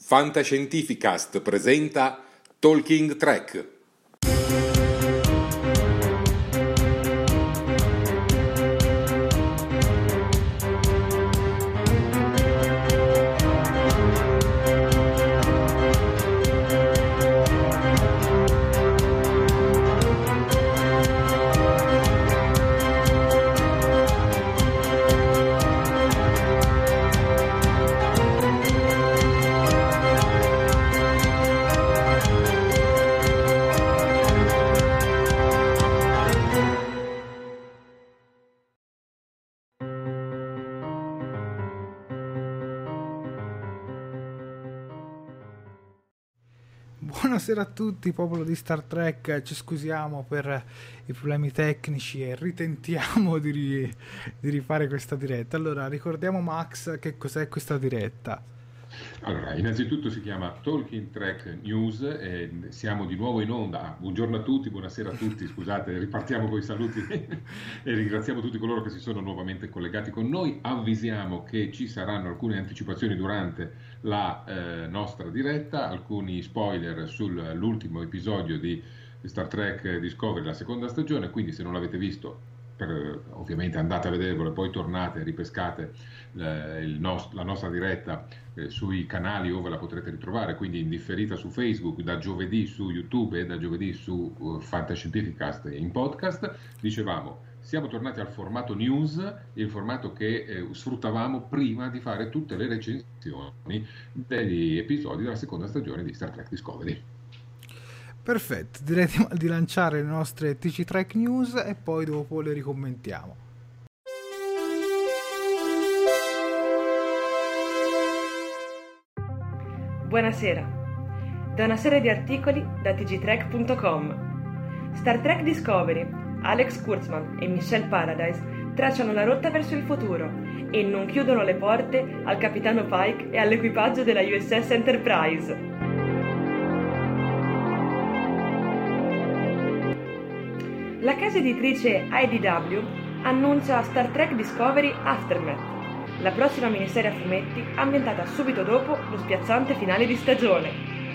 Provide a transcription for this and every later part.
Fantascientificast presenta Talking Trek. Buonasera a tutti, popolo di Star Trek. Ci scusiamo per i problemi tecnici e ritentiamo di rifare questa diretta. Allora, ricordiamo Max che cos'è questa diretta. Allora, innanzitutto si chiama Talking Trek News e siamo di nuovo in onda. Buongiorno a tutti, buonasera a tutti, scusate, ripartiamo con i saluti e ringraziamo tutti coloro che si sono nuovamente collegati con noi. Avvisiamo che ci saranno alcune anticipazioni durante la nostra diretta, alcuni spoiler sull'ultimo episodio di Star Trek Discovery, la seconda stagione, quindi se non l'avete visto, ovviamente andate a vedervelo e poi tornate e ripescate la nostra diretta sui canali dove la potrete ritrovare, quindi in differita su Facebook, da giovedì su YouTube e da giovedì su Fantascientificast in podcast. Dicevamo, siamo tornati al formato news, il formato che sfruttavamo prima di fare tutte le recensioni degli episodi della seconda stagione di Star Trek Discovery. Perfetto, direi di lanciare le nostre TC Trek News e poi dopo le ricommentiamo. Buonasera. Da una serie di articoli da tgtrek.com. Star Trek Discovery, Alex Kurtzman e Michelle Paradise tracciano la rotta verso il futuro e non chiudono le porte al capitano Pike e all'equipaggio della USS Enterprise. La casa editrice IDW annuncia Star Trek Discovery Aftermath, la prossima miniserie a fumetti ambientata subito dopo lo spiazzante finale di stagione.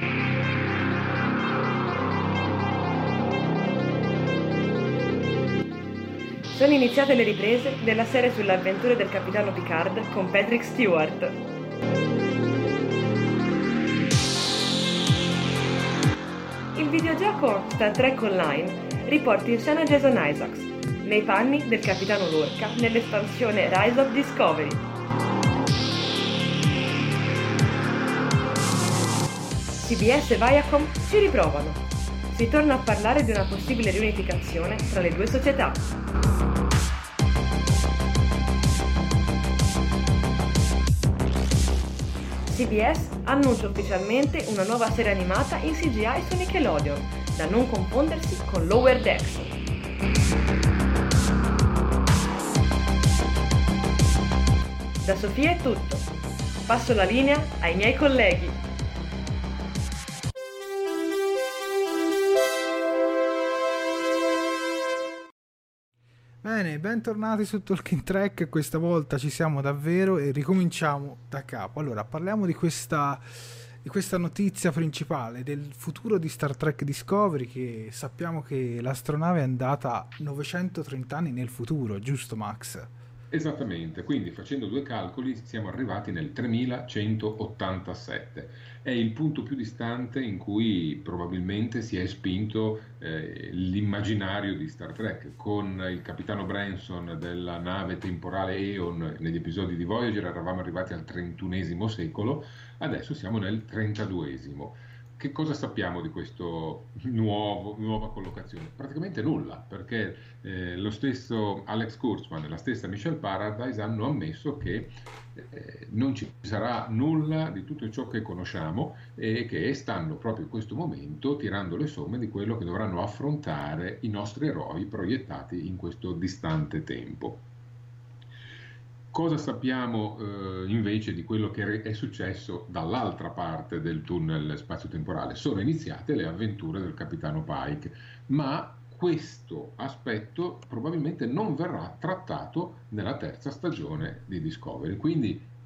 Sono iniziate le riprese della serie sulle avventure del capitano Picard con Patrick Stewart. Il videogioco Star Trek Online riporta in scena Jason Isaacs, nei panni del capitano Lorca nell'espansione Rise of Discovery. CBS e Viacom ci riprovano. Si torna a parlare di una possibile riunificazione tra le due società. CBS annuncia ufficialmente una nuova serie animata in CGI su Nickelodeon, da non confondersi con Lower Decks. Da Sofia è tutto. Passo la linea ai miei colleghi. Bene, bentornati su Talking Trek. Questa volta ci siamo davvero e ricominciamo da capo. Allora, parliamo di questa notizia principale del futuro di Star Trek Discovery, che sappiamo che l'astronave è andata 930 anni nel futuro, giusto Max? Esattamente, quindi facendo due calcoli siamo arrivati nel 3187. È il punto più distante in cui probabilmente si è spinto l'immaginario di Star Trek. Con il capitano Branson della nave temporale Eon negli episodi di Voyager eravamo arrivati al XXI secolo, adesso siamo nel 32esimo. Che cosa sappiamo di questo nuova collocazione? Praticamente nulla, perché lo stesso Alex Kurtzman e la stessa Michelle Paradise hanno ammesso che non ci sarà nulla di tutto ciò che conosciamo e che stanno proprio in questo momento tirando le somme di quello che dovranno affrontare i nostri eroi proiettati in questo distante tempo. Cosa sappiamo invece di quello che è successo dall'altra parte del tunnel spazio-temporale? Sono iniziate le avventure del capitano Pike, ma questo aspetto probabilmente non verrà trattato nella terza stagione di Discovery, quindi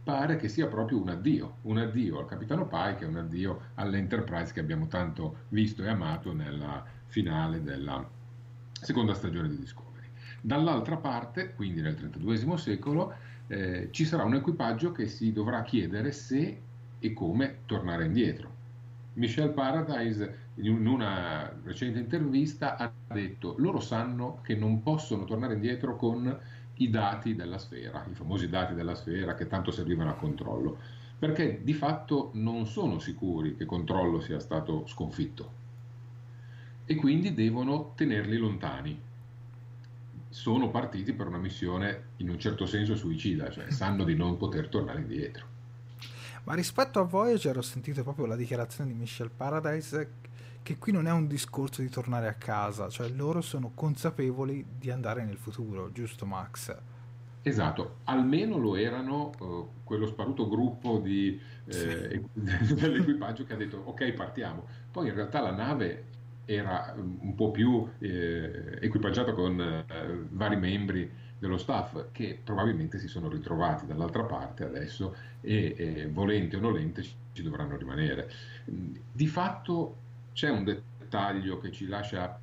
pare che sia proprio un addio al capitano Pike e un addio all'Enterprise che abbiamo tanto visto e amato nella finale della seconda stagione di Discovery. Dall'altra parte, quindi nel XXII secolo, ci sarà un equipaggio che si dovrà chiedere se e come tornare indietro. Michel Paradise in una recente intervista ha detto: loro sanno che non possono tornare indietro con i dati della sfera, i famosi dati della sfera che tanto servivano a Controllo, perché di fatto non sono sicuri che Controllo sia stato sconfitto e quindi devono tenerli lontani. Sono partiti per una missione in un certo senso suicida, cioè sanno di non poter tornare indietro. Ma rispetto a Voyager ho sentito proprio la dichiarazione di Michel Paradise che qui non è un discorso di tornare a casa, cioè loro sono consapevoli di andare nel futuro, giusto Max? Esatto, almeno lo erano quello sparuto gruppo dell'equipaggio che ha detto ok, partiamo. Poi in realtà la nave era un po' più equipaggiata con vari membri dello staff che probabilmente si sono ritrovati dall'altra parte adesso e volente o nolente ci dovranno rimanere. Di fatto c'è un dettaglio che ci lascia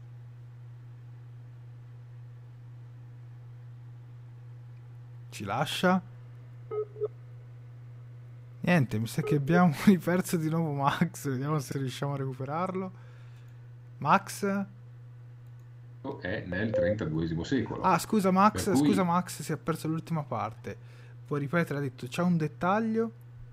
Niente, mi sa che abbiamo riperso di nuovo Max. Vediamo se riusciamo a recuperarlo. Max? È nel XXXII secolo. Ah, scusa Max, Per cui- scusa Max, si è perso l'ultima parte. Puoi ripetere, ha detto c'è un dettaglio.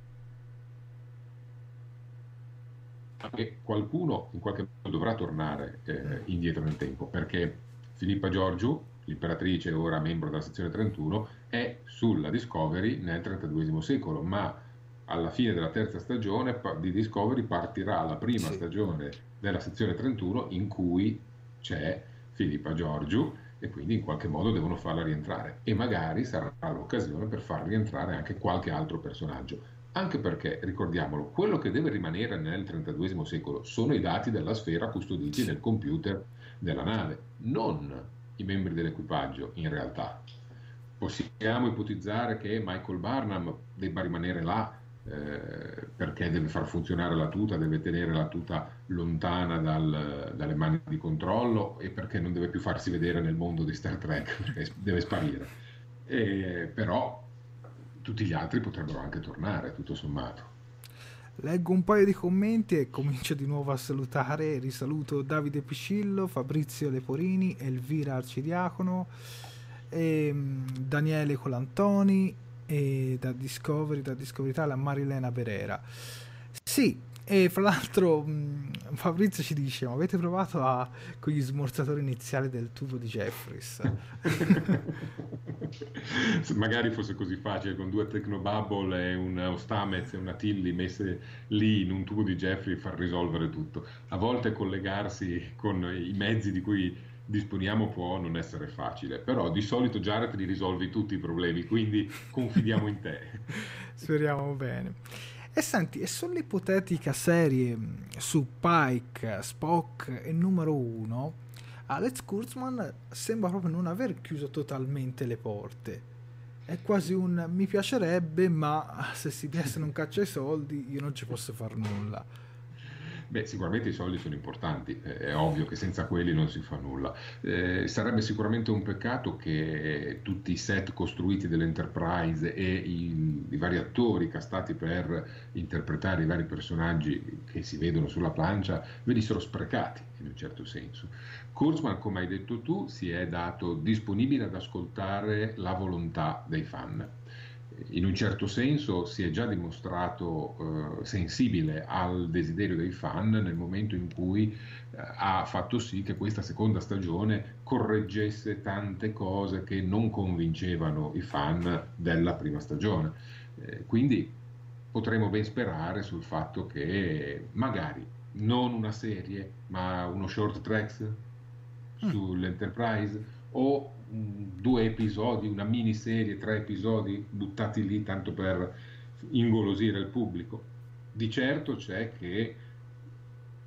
Che qualcuno in qualche modo dovrà tornare indietro nel tempo, perché Filippa Georgiou, l'imperatrice ora membro della sezione 31, è sulla Discovery nel XXXII secolo, ma alla fine della terza stagione di Discovery partirà la prima Sì. stagione della sezione 31 in cui c'è Filippa Georgiou e quindi in qualche modo devono farla rientrare e magari sarà l'occasione per far rientrare anche qualche altro personaggio. Anche perché, ricordiamolo, quello che deve rimanere nel XXXII secolo sono i dati della sfera custoditi nel computer della nave, non i membri dell'equipaggio in realtà. Possiamo ipotizzare che Michael Barnum debba rimanere là perché deve far funzionare la tuta, deve tenere la tuta lontana dalle mani di Controllo e perché non deve più farsi vedere nel mondo di Star Trek, perché deve sparire. Però tutti gli altri potrebbero anche tornare, tutto sommato. Leggo un paio di commenti e comincio di nuovo a salutare. Risaluto Davide Piscillo, Fabrizio Leporini, Elvira Arcidiacono, Daniele Colantoni e da Discovery Italia Marilena Berera. Sì, e fra l'altro Fabrizio ci dice: ma avete provato con gli smorzatori iniziali del tubo di Jeffries? Magari fosse così facile con due Technobubble e una Stamets e una Tilly messe lì in un tubo di Jeffrey far risolvere tutto. A volte collegarsi con i mezzi di cui disponiamo può non essere facile, però di solito Jared li risolvi tutti i problemi, quindi confidiamo in te. Speriamo bene. E senti, e sull'ipotetica serie su Pike, Spock e numero 1, Alex Kurtzman sembra proprio non aver chiuso totalmente le porte. È quasi un mi piacerebbe, ma se CBS non caccia i soldi io non ci posso far nulla. Beh, sicuramente i soldi sono importanti, è ovvio che senza quelli non si fa nulla. Sarebbe sicuramente un peccato che tutti i set costruiti dell'Enterprise e i vari attori castati per interpretare i vari personaggi che si vedono sulla plancia venissero sprecati in un certo senso. Kurtzman, come hai detto tu, si è dato disponibile ad ascoltare la volontà dei fan. In un certo senso si è già dimostrato sensibile al desiderio dei fan nel momento in cui ha fatto sì che questa seconda stagione correggesse tante cose che non convincevano i fan della prima stagione. Quindi potremo ben sperare sul fatto che magari non una serie ma uno short tracks sull'Enterprise o 2 episodi, una miniserie, 3 episodi buttati lì tanto per ingolosire il pubblico. Di certo c'è che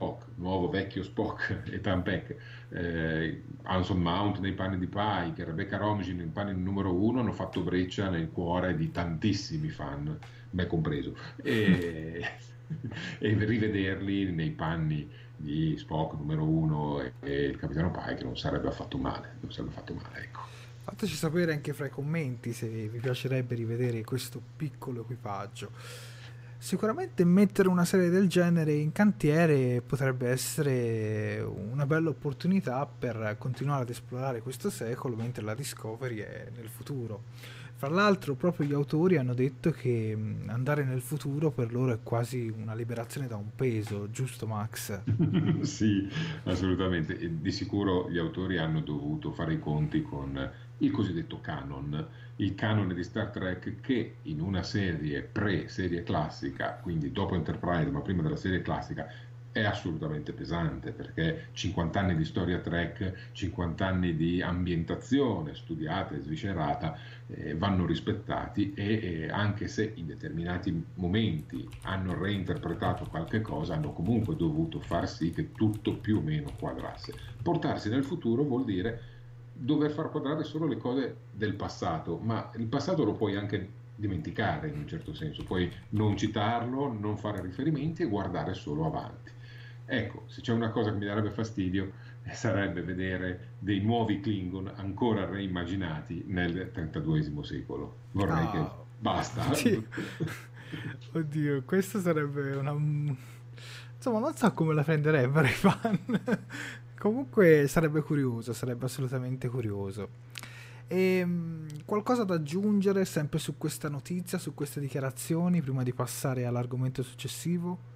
nuovo vecchio Spock, Ethan Peck, Anson Mount nei panni di Pike, Rebecca Romijn nei panni numero 1 hanno fatto breccia nel cuore di tantissimi fan, me compreso, e rivederli nei panni di Spock numero 1 e il capitano Pike non sarebbe affatto male, ecco. Fateci sapere anche fra i commenti se vi piacerebbe rivedere questo piccolo equipaggio. Sicuramente mettere una serie del genere in cantiere potrebbe essere una bella opportunità per continuare ad esplorare questo secolo mentre la Discovery è nel futuro. Fra l'altro proprio gli autori hanno detto che andare nel futuro per loro è quasi una liberazione da un peso, giusto Max? Sì, assolutamente. E di sicuro gli autori hanno dovuto fare i conti con il cosiddetto canon, il canone di Star Trek, che in una serie pre-serie classica, quindi dopo Enterprise ma prima della serie classica, è assolutamente pesante, perché 50 anni di storia Trek, 50 anni di ambientazione studiata e sviscerata vanno rispettati e anche se in determinati momenti hanno reinterpretato qualche cosa, hanno comunque dovuto far sì che tutto più o meno quadrasse. Portarsi nel futuro vuol dire dover far quadrare solo le cose del passato, ma il passato lo puoi anche dimenticare in un certo senso, puoi non citarlo, non fare riferimenti e guardare solo avanti. Ecco, se c'è una cosa che mi darebbe fastidio sarebbe vedere dei nuovi Klingon ancora reimmaginati nel XXXI secolo. Vorrei che basta. Sì. Oddio, questo sarebbe una... Insomma, non so come la prenderebbero i fan. Comunque sarebbe curioso, sarebbe assolutamente curioso. E qualcosa da aggiungere sempre su questa notizia, su queste dichiarazioni, prima di passare all'argomento successivo?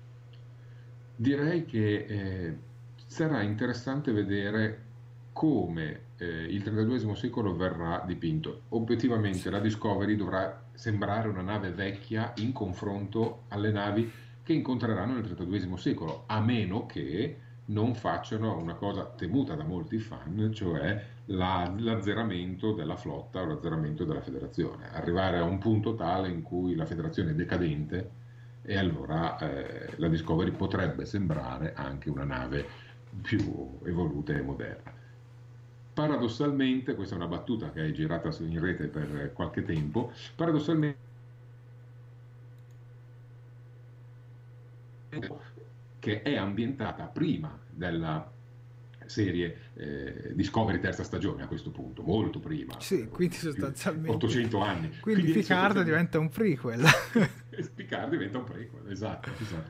Direi che sarà interessante vedere come il XXXI secolo verrà dipinto. Obiettivamente la Discovery dovrà sembrare una nave vecchia in confronto alle navi che incontreranno nel XXXI secolo, a meno che non facciano una cosa temuta da molti fan, cioè l'azzeramento della flotta o l'azzeramento della federazione, arrivare a un punto tale in cui la federazione è decadente e allora la Discovery potrebbe sembrare anche una nave più evoluta e moderna. Paradossalmente, questa è una battuta che è girata in rete per qualche tempo, paradossalmente che è ambientata prima della serie Discovery terza stagione a questo punto, molto prima. Sì, quindi sostanzialmente 800 anni. Quindi Picard diventa un prequel. Picard diventa un prequel, esatto.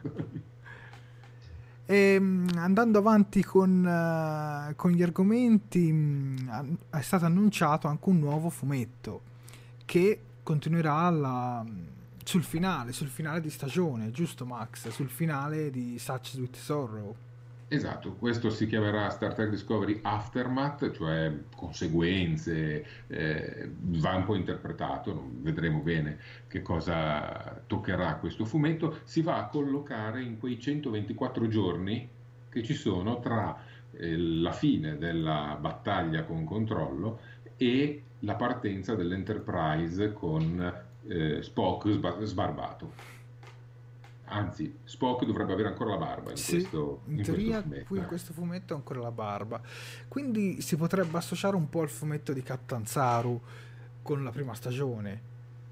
E, andando avanti con gli argomenti, è stato annunciato anche un nuovo fumetto che continuerà sul finale di stagione, giusto Max? Sul finale di Such Sweet Sorrow. Esatto, questo si chiamerà Star Trek Discovery Aftermath, cioè conseguenze, va un po' interpretato, vedremo bene che cosa toccherà questo fumetto. Si va a collocare in quei 124 giorni che ci sono tra la fine della battaglia con Controllo e la partenza dell'Enterprise con Spock sbarbato. Anzi, Spock dovrebbe avere ancora la barba in questo fumetto. Qui in questo fumetto ha ancora la barba. Quindi si potrebbe associare un po' al fumetto di Captain Saru con la prima stagione.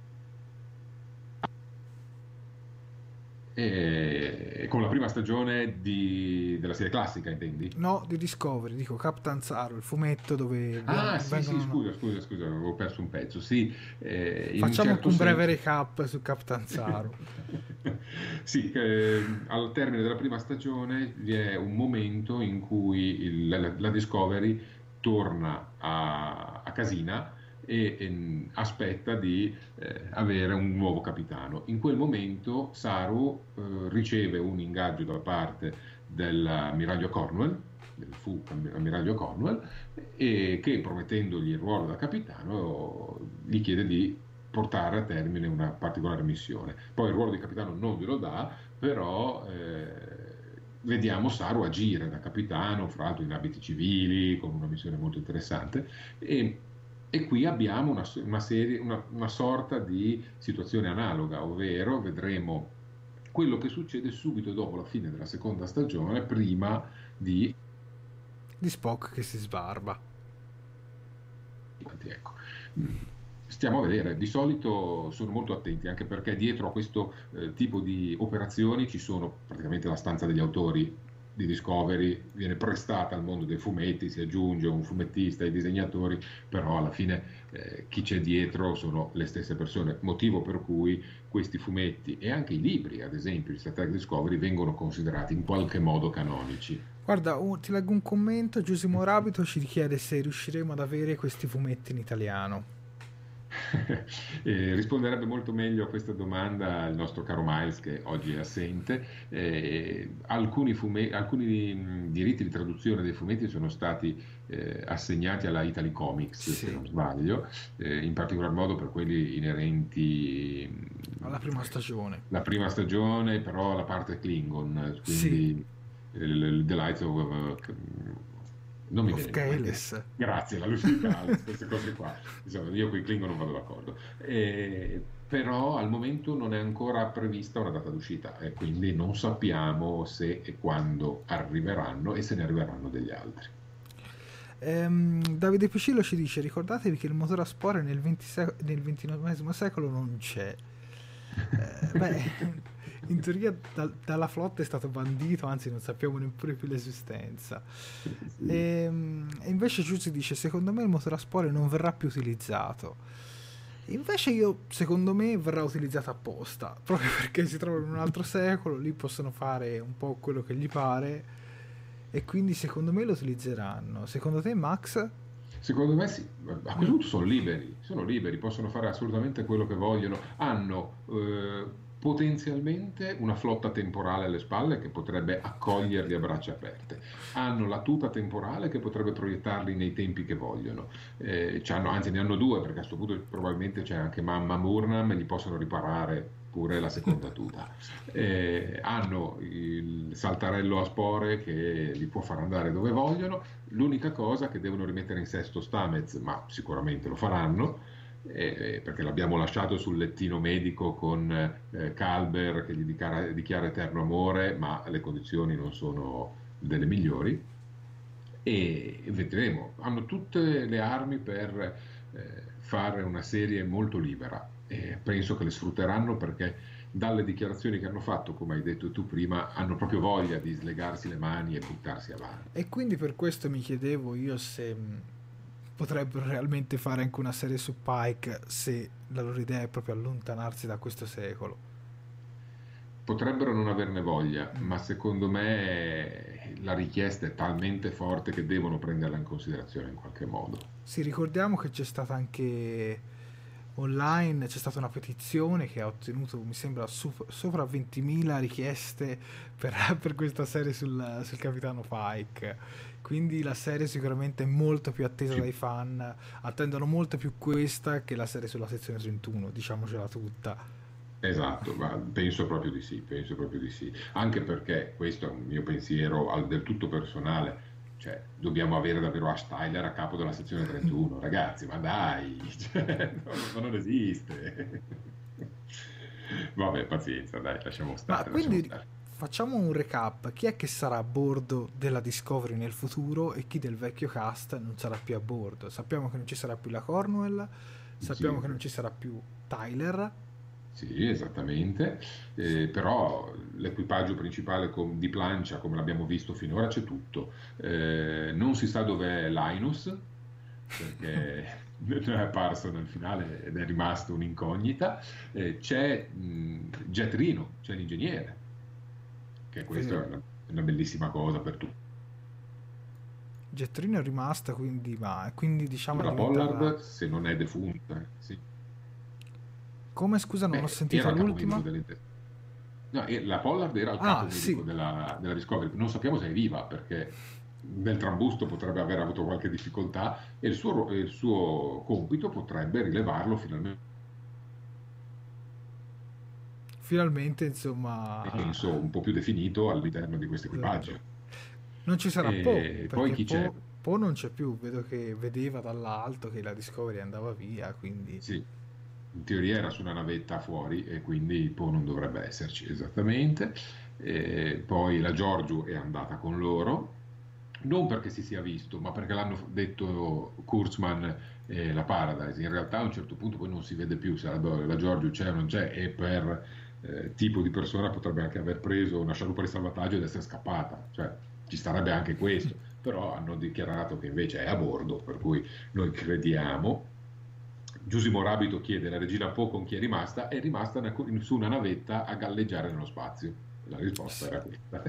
E con la prima stagione della serie classica, intendi? No, di Discovery, dico Captain Saru, il fumetto dove scusa, avevo perso un pezzo. Sì, facciamo un breve recap su Captain Saru. Sì, al termine della prima stagione vi è un momento in cui la Discovery torna a casina e aspetta di avere un nuovo capitano. In quel momento Saru riceve un ingaggio da parte dell'ammiraglio Cornwell, fu ammiraglio Cornwell, e che promettendogli il ruolo da capitano gli chiede di portare a termine una particolare missione. Poi il ruolo di capitano non glielo dà, però vediamo Saru agire da capitano, fra l'altro in abiti civili, con una missione molto interessante, e qui abbiamo una sorta di situazione analoga, ovvero vedremo quello che succede subito dopo la fine della seconda stagione, prima di Spock che si sbarba. ecco. Stiamo a vedere, di solito sono molto attenti, anche perché dietro a questo tipo di operazioni ci sono praticamente la stanza degli autori di Discovery, viene prestata al mondo dei fumetti, si aggiunge un fumettista, i disegnatori, però alla fine chi c'è dietro sono le stesse persone, motivo per cui questi fumetti e anche i libri, ad esempio, di Star Trek Discovery, vengono considerati in qualche modo canonici. Guarda, ti leggo un commento. Giusimo Rabito ci chiede se riusciremo ad avere questi fumetti in italiano. Risponderebbe molto meglio a questa domanda il nostro caro Miles, che oggi è assente. Alcuni diritti di traduzione dei fumetti sono stati assegnati alla Italy Comics, Sì. se non sbaglio, in particolar modo per quelli inerenti Alla prima stagione. la prima stagione, però la parte Klingon, quindi Sì. The Light of non mi Of viene in mente. Kaelis. Grazie, la lucidità, queste cose qua. Insomma, io con i Klingon non vado d'accordo. Però al momento non è ancora prevista una data d'uscita e quindi non sappiamo se e quando arriveranno e se ne arriveranno degli altri. Davide Picillo ci dice: ricordatevi che il motore a spore nel XXIX secolo non c'è. Beh, in teoria dalla flotta è stato bandito, anzi non sappiamo neppure più l'esistenza. E invece Giussi dice: secondo me il motore a spore non verrà più utilizzato. Invece secondo me verrà utilizzato apposta, proprio perché si trova in un altro secolo, lì possono fare un po' quello che gli pare e quindi secondo me lo utilizzeranno. Secondo te, Max? Secondo me sì, a questo punto sono liberi, possono fare assolutamente quello che vogliono, hanno potenzialmente una flotta temporale alle spalle che potrebbe accoglierli a braccia aperte, hanno la tuta temporale che potrebbe proiettarli nei tempi che vogliono, anzi ne hanno due, perché a questo punto probabilmente c'è anche Mamma Burnham e gli possono riparare pure la seconda tuta. Hanno il saltarello a spore che li può far andare dove vogliono. L'unica cosa che devono rimettere in sesto Stamez, ma sicuramente lo faranno, perché l'abbiamo lasciato sul lettino medico con Calber che gli dichiara eterno amore, ma le condizioni non sono delle migliori, e vedremo. Hanno tutte le armi per fare una serie molto libera e penso che le sfrutteranno, perché dalle dichiarazioni che hanno fatto, come hai detto tu prima, hanno proprio voglia di slegarsi le mani e buttarsi avanti. E quindi per questo mi chiedevo io se potrebbero realmente fare anche una serie su Pike, se la loro idea è proprio allontanarsi da questo secolo. Potrebbero non averne voglia, ma secondo me la richiesta è talmente forte che devono prenderla in considerazione in qualche modo. Sì, ricordiamo che c'è stata anche online, c'è stata una petizione che ha ottenuto, mi sembra, sopra 20.000 richieste per questa serie sul capitano Pike. Quindi la serie sicuramente è molto più attesa dai fan, attendono molto più questa che la serie sulla sezione 31, diciamocela tutta. Esatto, ma penso proprio di sì, anche perché questo è un mio pensiero del tutto personale. Cioè, dobbiamo avere davvero Ash Tyler a capo della sezione 31, ragazzi, ma dai, non esiste. Vabbè, pazienza, dai, lasciamo stare. Ma quindi facciamo un recap: chi è che sarà a bordo della Discovery nel futuro e chi del vecchio cast non sarà più a bordo? Sappiamo che non ci sarà più la Cornwell, sappiamo che non ci sarà più Tyler. Sì, esattamente, però l'equipaggio principale di plancia, come l'abbiamo visto finora, c'è tutto. Non si sa dov'è Linus, perché non è apparso nel finale ed è rimasto un'incognita. C'è Jet Reno, c'è l'ingegnere, che questa è una bellissima cosa per tutti. Jet Reno è rimasta, quindi diciamo la Pollard, se non è defunta, sì. Come, scusa, non ho sentito l'ultima? No, la Pollard era il capo medico della Discovery. Non sappiamo se è viva, perché nel trambusto potrebbe aver avuto qualche difficoltà e il suo compito potrebbe rilevarlo finalmente, insomma, penso un po' più definito all'interno di questo equipaggio. Non ci sarà Poe, poi chi c'è? Poe non c'è più, vedo che vedeva dall'alto che la Discovery andava via, quindi sì. in teoria era su una navetta fuori e quindi Poe non dovrebbe esserci esattamente. Poi la Giorgio è andata con loro, non perché si sia visto, ma perché l'hanno detto Kurtzman e la Paradise. In realtà a un certo punto poi non si vede più se la Giorgio c'è o non c'è, e per tipo di persona potrebbe anche aver preso una scialuppa di salvataggio ed essere scappata, cioè ci starebbe anche questo, però hanno dichiarato che invece è a bordo, per cui noi crediamo. Giusimo Rabito chiede: la regina Poe con chi è rimasta? È rimasta su una navetta a galleggiare nello spazio. La risposta era questa.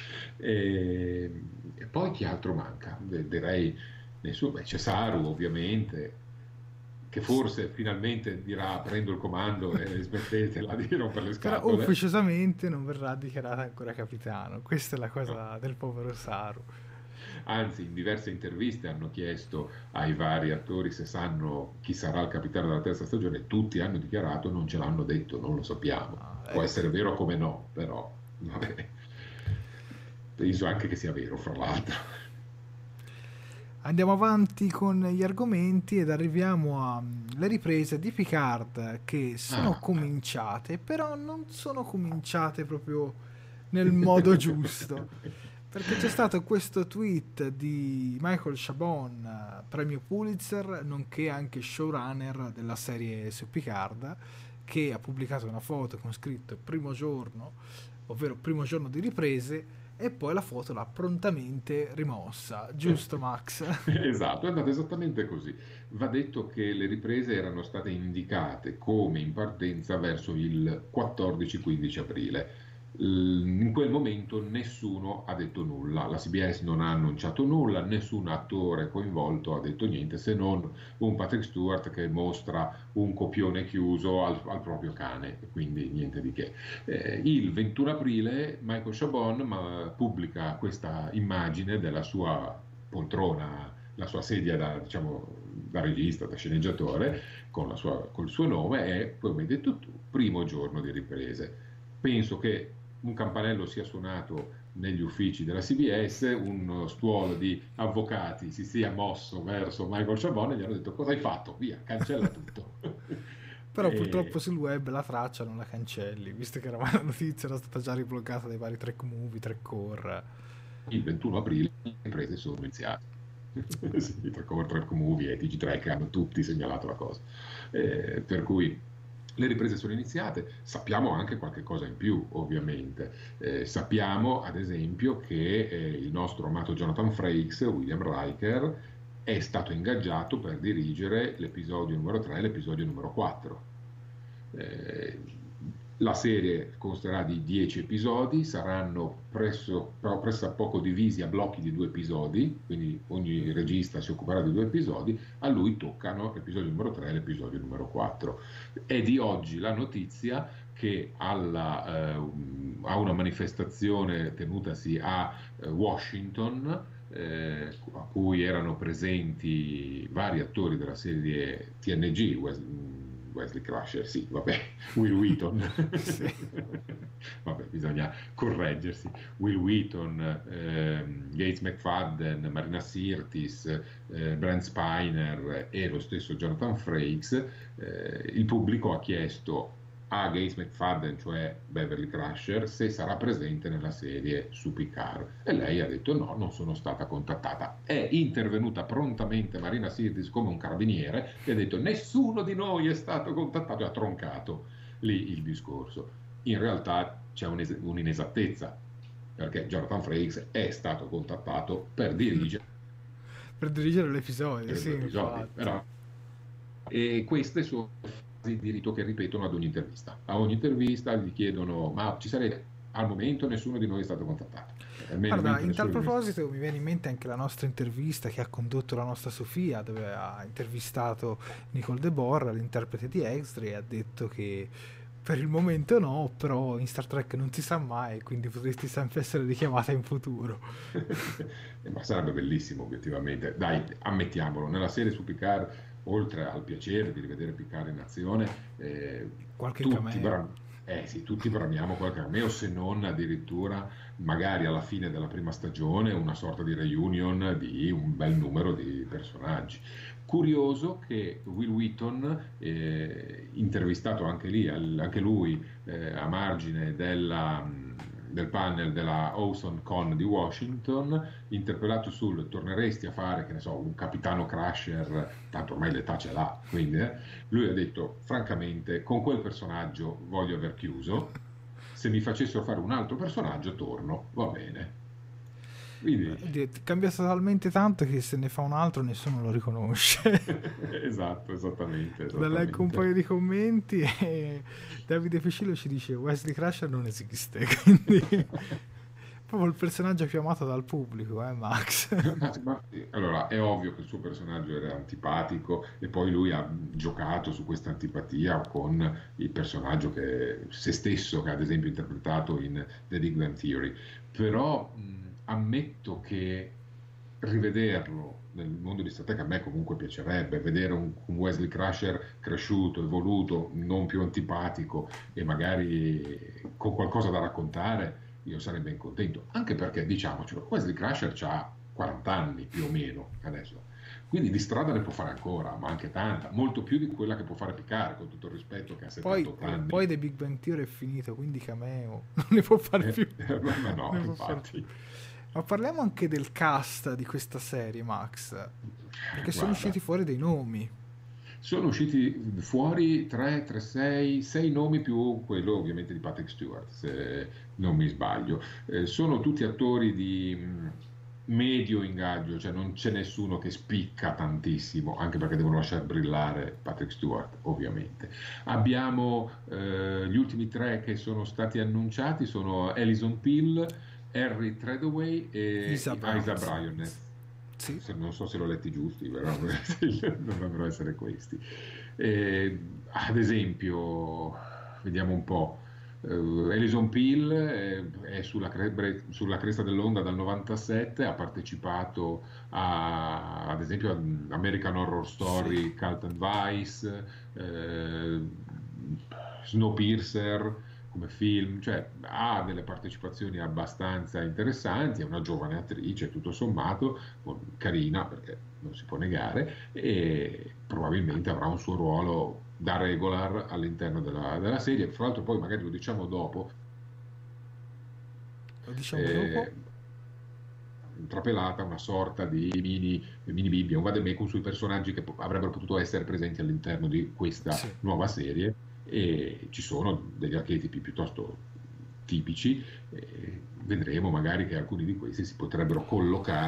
E poi chi altro manca? Direi nessuno. Beh, c'è Saru ovviamente, che forse finalmente dirà: prendo il comando e smettetela di rompere le scatole. Però ufficiosamente non verrà dichiarato ancora capitano. Questa è la cosa del povero Saru. Anzi, in diverse interviste hanno chiesto ai vari attori se sanno chi sarà il capitano della terza stagione. Tutti hanno dichiarato: non ce l'hanno detto, non lo sappiamo. Può essere vero come no, però vabbè. Penso anche che sia vero, fra l'altro. Andiamo avanti con gli argomenti ed arriviamo alle riprese di Picard, che sono cominciate, però non sono cominciate proprio nel modo giusto, perché c'è stato questo tweet di Michael Chabon, premio Pulitzer, nonché anche showrunner della serie su Picard, che ha pubblicato una foto con scritto primo giorno, ovvero primo giorno di riprese, e poi la foto l'ha prontamente rimossa, giusto Max? Esatto, è andato esattamente così. Va detto che le riprese erano state indicate come in partenza verso il 14-15 aprile. In quel momento nessuno ha detto nulla, la CBS non ha annunciato nulla, nessun attore coinvolto ha detto niente, se non un Patrick Stewart che mostra un copione chiuso al proprio cane, quindi niente di che. Il 21 aprile Michael Chabon pubblica questa immagine della sua poltrona, la sua sedia da regista, da sceneggiatore, col suo nome, e come hai detto tu, primo giorno di riprese. Penso che un campanello sia suonato negli uffici della CBS, uno stuolo di avvocati si sia mosso verso Michael Chabon e gli hanno detto: cosa hai fatto? Via, cancella tutto. Però purtroppo sul web la traccia non la cancelli, visto che la notizia era stata già ribloccata dai vari Trek Movie, Trek Core. Il 21 aprile le riprese sono iniziate. Sì, Trek Core, Trek Movie e TG Trek hanno tutti segnalato la cosa. Per cui le riprese sono iniziate, sappiamo anche qualche cosa in più, ovviamente. Sappiamo, ad esempio, che il nostro amato Jonathan Frakes, William Riker, è stato ingaggiato per dirigere l'episodio numero 3 e l'episodio numero 4. La serie consterà di 10 episodi, saranno pressappoco divisi a blocchi di 2 episodi, quindi ogni regista si occuperà di 2 episodi, a lui toccano l'episodio numero 3 e l'episodio numero 4. È di oggi la notizia che a una manifestazione tenutasi a Washington, a cui erano presenti vari attori della serie TNG, Wesley Crusher, sì, vabbè, Will Wheaton, sì. Vabbè, bisogna correggersi, Will Wheaton, Gates McFadden, Marina Sirtis, Brent Spiner e lo stesso Jonathan Frakes. Il pubblico ha chiesto a Gates McFadden, cioè Beverly Crusher, se sarà presente nella serie su Picard, e lei ha detto no, non sono stata contattata. È intervenuta prontamente Marina Sirtis come un carabiniere e ha detto: nessuno di noi è stato contattato, e ha troncato lì il discorso. In realtà c'è un'inesattezza, perché Jonathan Frakes è stato contattato per dirigere l'episodio, sì, però, e queste sono di diritto che ripetono ad ogni intervista. A ogni intervista gli chiedono: ma ci sarete? Al momento nessuno di noi è stato contattato. Guarda, in tal proposito mi viene in mente anche la nostra intervista che ha condotto la nostra Sofia, dove ha intervistato Nicole De Borra, l'interprete di Extra, e ha detto che per il momento no, però in Star Trek non si sa mai, quindi potresti sempre essere richiamata in futuro. Ma sarebbe bellissimo, obiettivamente. Dai, ammettiamolo, nella serie su Picard, oltre al piacere di rivedere Picard in azione, qualche tutti cameo. Sì, tutti bramiamo qualche cameo, se non addirittura magari alla fine della prima stagione una sorta di reunion di un bel numero di personaggi. Curioso che Will Wheaton, intervistato anche lì, anche lui a margine del panel della Awesome Con di Washington, interpellato sul torneresti a fare, che ne so, un capitano Crusher, tanto ormai l'età ce l'ha, quindi lui ha detto francamente con quel personaggio voglio aver chiuso, se mi facessero fare un altro personaggio torno, va bene. Quindi... cambia talmente tanto che se ne fa un altro nessuno lo riconosce. Esatto, esattamente. Leggo un paio di commenti e Davide Pescillo ci dice Wesley Crusher non esiste, quindi proprio il personaggio più amato dal pubblico, Max. Allora, è ovvio che il suo personaggio era antipatico e poi lui ha giocato su questa antipatia con il personaggio che se stesso, che ad esempio interpretato in The Big Bang Theory, però ammetto che rivederlo nel mondo di Star Trek a me comunque piacerebbe, vedere un Wesley Crusher cresciuto, evoluto, non più antipatico e magari con qualcosa da raccontare, io sarei ben contento, anche perché diciamocelo, Wesley Crusher ha 40 anni più o meno adesso, quindi di strada ne può fare ancora, ma anche tanta, molto più di quella che può fare Picard, con tutto il rispetto, che ha 78 anni. Poi The Big Bang Theory è finito, quindi cameo non ne può fare più. Ma no, infatti. Ma parliamo anche del cast di questa serie, Max, perché sono usciti fuori dei nomi. Sono usciti fuori 6 nomi più quello ovviamente di Patrick Stewart, se non mi sbaglio. Sono tutti attori di medio ingaggio, cioè non c'è nessuno che spicca tantissimo, anche perché devono lasciare brillare Patrick Stewart, ovviamente. Abbiamo gli ultimi 3 che sono stati annunciati, sono Alison Pill, Harry Treadaway e Isa Briones. Sì. Non so se l'ho letti giusti, però dovrebbero essere questi. Ad esempio, vediamo un po'. Alison Pill è sulla cresta dell'onda dal 97, ha partecipato ad esempio ad American Horror Story, sì. Cult and Vice, Snowpiercer come film, cioè ha delle partecipazioni abbastanza interessanti, è una giovane attrice tutto sommato, carina perché non si può negare, e probabilmente avrà un suo ruolo da regular all'interno della serie. Fra l'altro poi magari lo diciamo dopo. Trapelata una sorta di mini Bibbia, un vademecum sui personaggi che avrebbero potuto essere presenti all'interno di questa nuova serie, e ci sono degli archetipi piuttosto tipici, vedremo magari che alcuni di questi si potrebbero collocare.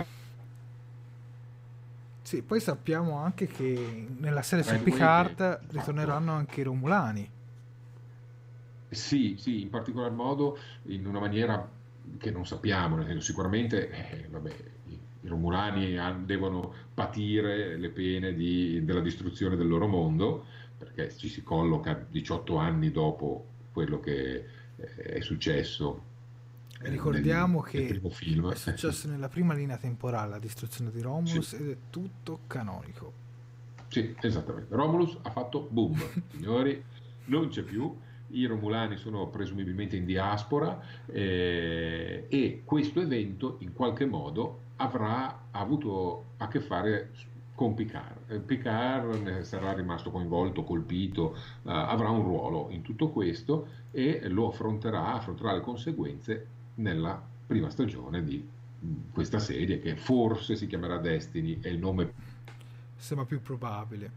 Sì, poi sappiamo anche che nella serie su Picard ritorneranno anche i Romulani. Sì, in particolar modo in una maniera che non sappiamo, nel senso, sicuramente i Romulani devono patire le pene della distruzione del loro mondo, perché ci si colloca 18 anni dopo quello che è successo. Ricordiamo che è successo nella prima linea temporale la distruzione di Romulus, ed è tutto canonico. Sì, esattamente. Romulus ha fatto boom, signori, non c'è più. I Romulani sono presumibilmente in diaspora, e questo evento in qualche modo avrà avuto a che fare con Picard. Picard ne sarà rimasto coinvolto, colpito, avrà un ruolo in tutto questo e lo affronterà le conseguenze nella prima stagione di questa serie, che forse si chiamerà Destiny, è il nome sembra più probabile.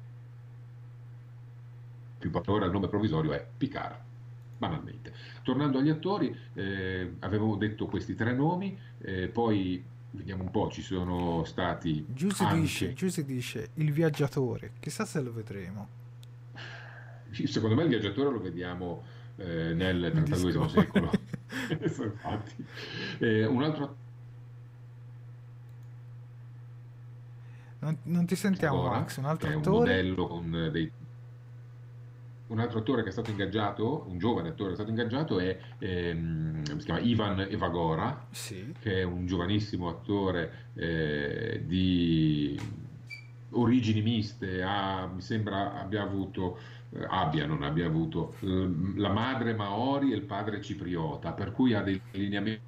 Ora il nome provvisorio è Picard, banalmente. Tornando agli attori, avevo detto questi 3 nomi, poi vediamo un po', ci sono stati Giuse dice il viaggiatore, chissà se lo vedremo. Secondo me il viaggiatore lo vediamo nel 32esimo secolo. Infatti. Un altro non ti sentiamo, Max. Un altro attore, un modello con un altro attore che è stato ingaggiato, un giovane attore che è stato ingaggiato, si chiama Ivan Evagora, che è un giovanissimo attore di origini miste, mi sembra abbia avuto non abbia avuto la madre maori e il padre cipriota, per cui ha dei lineamenti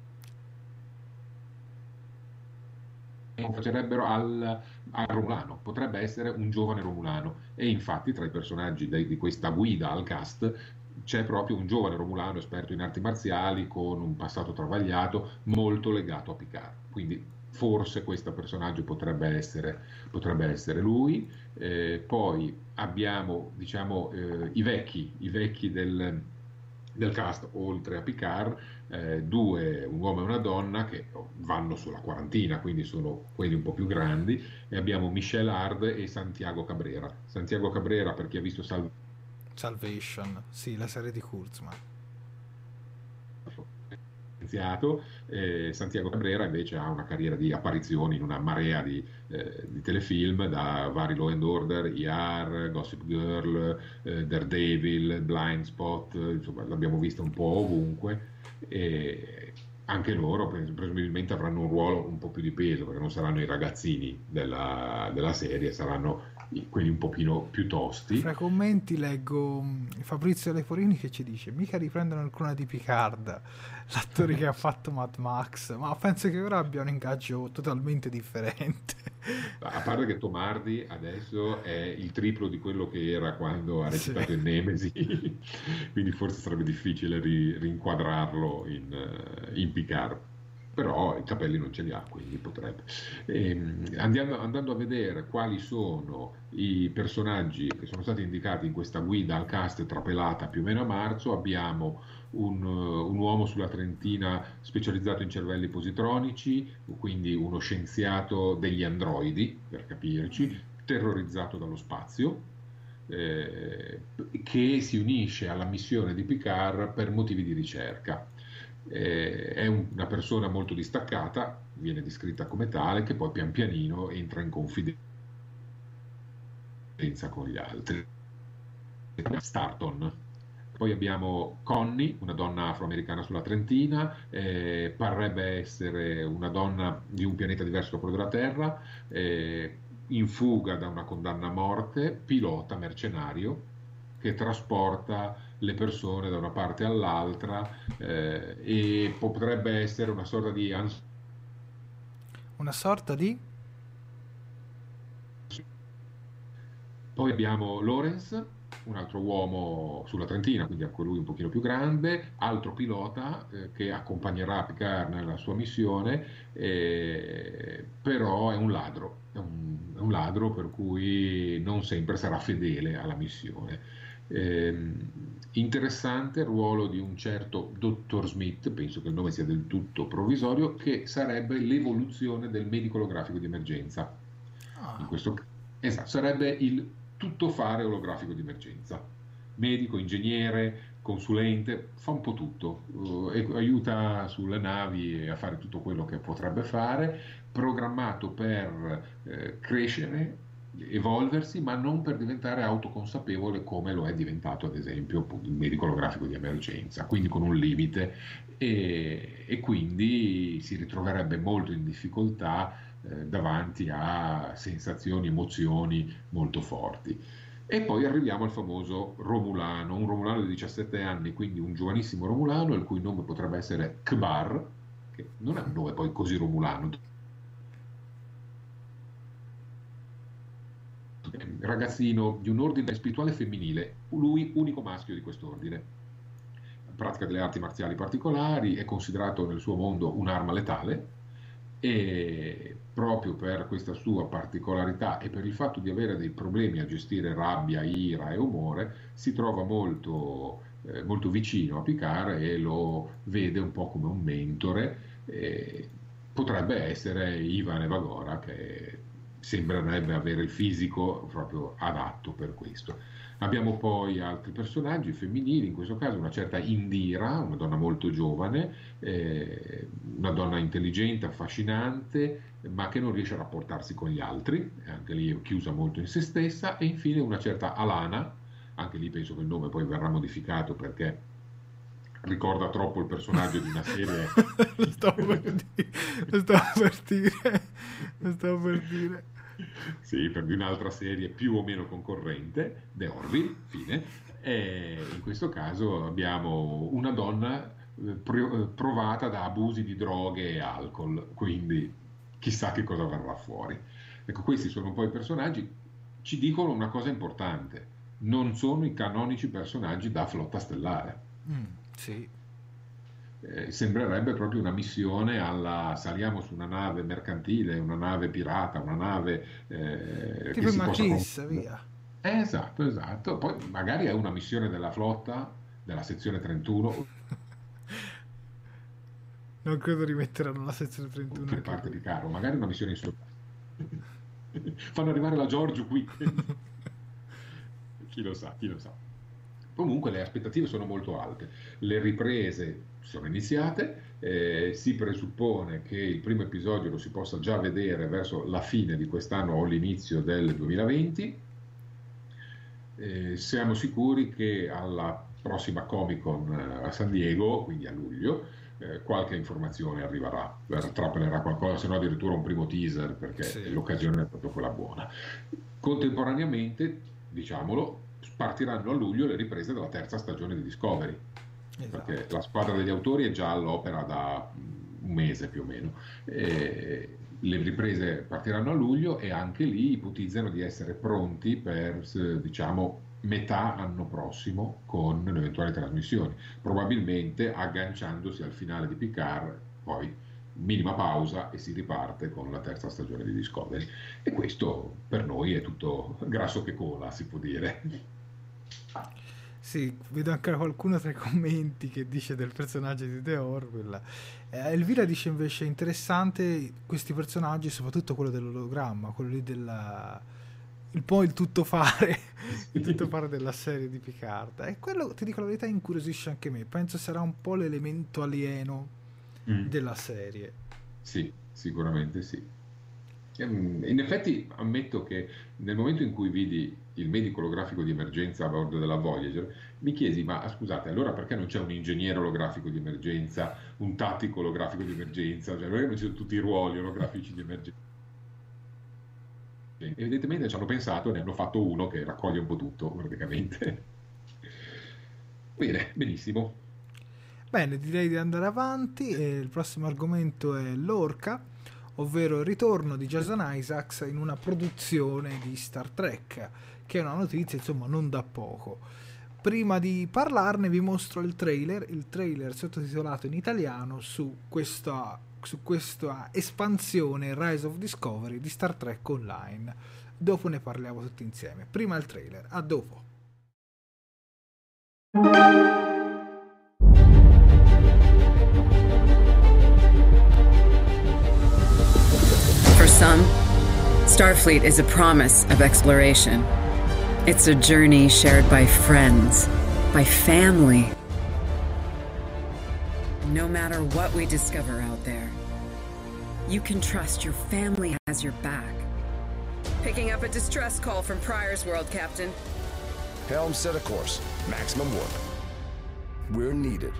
che facerebbero al Romulano, potrebbe essere un giovane Romulano, e infatti tra i personaggi di questa guida al cast c'è proprio un giovane Romulano esperto in arti marziali con un passato travagliato molto legato a Picard, quindi forse questo personaggio potrebbe essere lui. Poi abbiamo, diciamo, i vecchi del cast, oltre a Picard, due, un uomo e una donna, che vanno sulla quarantina, quindi sono quelli un po' più grandi, e abbiamo Michelle Hard e Santiago Cabrera. Santiago Cabrera, per chi ha visto Salvation, sì, la serie di Kurtzman. Santiago Cabrera invece ha una carriera di apparizioni in una marea di telefilm, da vari Law and Order, ER, Gossip Girl, Daredevil, Blind Spot, insomma l'abbiamo vista un po' ovunque, e anche loro presumibilmente avranno un ruolo un po' più di peso, perché non saranno i ragazzini della serie, saranno quelli un pochino più tosti. Fra i commenti leggo Fabrizio Leporini che ci dice: mica riprendono il clone di Picard, l'attore che ha fatto Mad Max, ma penso che ora abbia un ingaggio totalmente differente. A parte che Tom Hardy adesso è il triplo di quello che era quando ha recitato in Nemesi, quindi forse sarebbe difficile rinquadrarlo in Picard, però i capelli non ce li ha, quindi potrebbe. Andando a vedere quali sono i personaggi che sono stati indicati in questa guida al cast trapelata più o meno a marzo, abbiamo un uomo sulla trentina specializzato in cervelli positronici, quindi uno scienziato degli androidi, per capirci, terrorizzato dallo spazio, che si unisce alla missione di Picard per motivi di ricerca. È una persona molto distaccata, viene descritta come tale, che poi pian pianino entra in confidenza con gli altri. Starton. Poi abbiamo Connie, una donna afroamericana sulla trentina, parrebbe essere una donna di un pianeta diverso da quello della Terra, in fuga da una condanna a morte, pilota mercenario che trasporta le persone da una parte all'altra, e potrebbe essere una sorta di Poi abbiamo Lawrence, un altro uomo sulla trentina, quindi anche lui un pochino più grande, altro pilota che accompagnerà Picard nella sua missione, però è un ladro, è un ladro, per cui non sempre sarà fedele alla missione. Interessante il ruolo di un certo Dottor Smith, penso che il nome sia del tutto provvisorio, che sarebbe l'evoluzione del medico olografico di emergenza. In questo esatto, sarebbe il tuttofare olografico di emergenza, medico, ingegnere, consulente, fa un po' tutto, e aiuta sulle navi a fare tutto quello che potrebbe fare, programmato per crescere, evolversi, ma non per diventare autoconsapevole come lo è diventato ad esempio il medico olografico di emergenza, quindi con un limite, e quindi si ritroverebbe molto in difficoltà davanti a sensazioni, emozioni molto forti. E poi arriviamo al famoso Romulano, un Romulano di 17 anni, quindi un giovanissimo Romulano, il cui nome potrebbe essere Kbar, che non è un nome poi così romulano, ragazzino di un ordine spirituale femminile, lui unico maschio di quest'ordine, pratica delle arti marziali particolari, è considerato nel suo mondo un'arma letale, e proprio per questa sua particolarità e per il fatto di avere dei problemi a gestire rabbia, ira e umore, si trova molto vicino a Picard e lo vede un po' come un mentore. Potrebbe essere Ivan Evagora, che sembrerebbe avere il fisico proprio adatto per questo. Abbiamo poi altri personaggi femminili, in questo caso una certa Indira, una donna molto giovane, una donna intelligente, affascinante, ma che non riesce a rapportarsi con gli altri, anche lì è chiusa molto in se stessa, e infine una certa Alana, anche lì penso che il nome poi verrà modificato perché ricorda troppo il personaggio di una serie. Lo stavo per dire. Sì, per di un'altra serie più o meno concorrente, The Orville, fine. E in questo caso abbiamo una donna provata da abusi di droghe e alcol, quindi chissà che cosa verrà fuori. Ecco, questi sono un po' i personaggi, ci dicono una cosa importante, non sono i canonici personaggi da Flotta Stellare. Sì. Sembrerebbe proprio una missione alla saliamo su una nave mercantile, una nave pirata, una nave Tipo che il si possa Matisse, via. Esatto, esatto. Poi magari è una missione della flotta, della sezione 31, Non credo rimetteranno la sezione 31 che anche parte qui. di Caro, magari una missione in fanno arrivare la Giorgio qui. Chi lo sa, chi lo sa. Comunque le aspettative sono molto alte, le riprese sono iniziate, si presuppone che il primo episodio lo si possa già vedere verso la fine di quest'anno o l'inizio del 2020. Siamo sicuri che alla prossima Comic Con a San Diego, quindi a luglio, qualche informazione arriverà, trappelerà qualcosa, se no addirittura un primo teaser, perché Sì. l'occasione è proprio quella buona. Contemporaneamente, diciamolo, partiranno a luglio le riprese della terza stagione di Discovery, perché Esatto. la squadra degli autori è già all'opera da un mese più o meno. Le riprese partiranno a luglio e anche lì ipotizzano di essere pronti per, diciamo, metà anno prossimo con eventuali trasmissioni, probabilmente agganciandosi al finale di Picard, poi minima pausa e si riparte con la terza stagione di Discovery. E questo per noi è tutto grasso che cola, si può dire. Sì, vedo ancora qualcuno tra i commenti che dice del personaggio di The Orville. Elvira dice invece interessante questi personaggi, soprattutto quello dell'ologramma, quello lì poi il tuttofare, il tuttofare della serie di Picard. E quello, ti dico la verità, incuriosisce anche me. Penso sarà un po' l'elemento alieno della serie. Sì, sicuramente sì. In effetti ammetto che nel momento in cui vidi il medico olografico di emergenza a bordo della Voyager, mi chiesi, ma scusate, allora perché non c'è un ingegnere olografico di emergenza, un tattico olografico di emergenza, cioè perché non ci sono tutti i ruoli olografici di emergenza? Evidentemente ci hanno pensato e ne hanno fatto uno che raccoglie un po' tutto, praticamente. Bene, benissimo. Bene, direi di andare avanti. Il prossimo argomento è Lorca, ovvero il ritorno di Jason Isaacs in una produzione di Star Trek, che è una notizia insomma non da poco. Prima di parlarne vi mostro il trailer sottotitolato in italiano su questa espansione Rise of Discovery di Star Trek Online. Dopo ne parliamo tutti insieme. Prima il trailer, a dopo. For some, Starfleet is a promise of exploration. It's a journey shared by friends, by family. No matter what we discover out there, you can trust your family has your back. Picking up a distress call from Pryor's World, Captain. Helm set a course. Maximum warp. We're needed.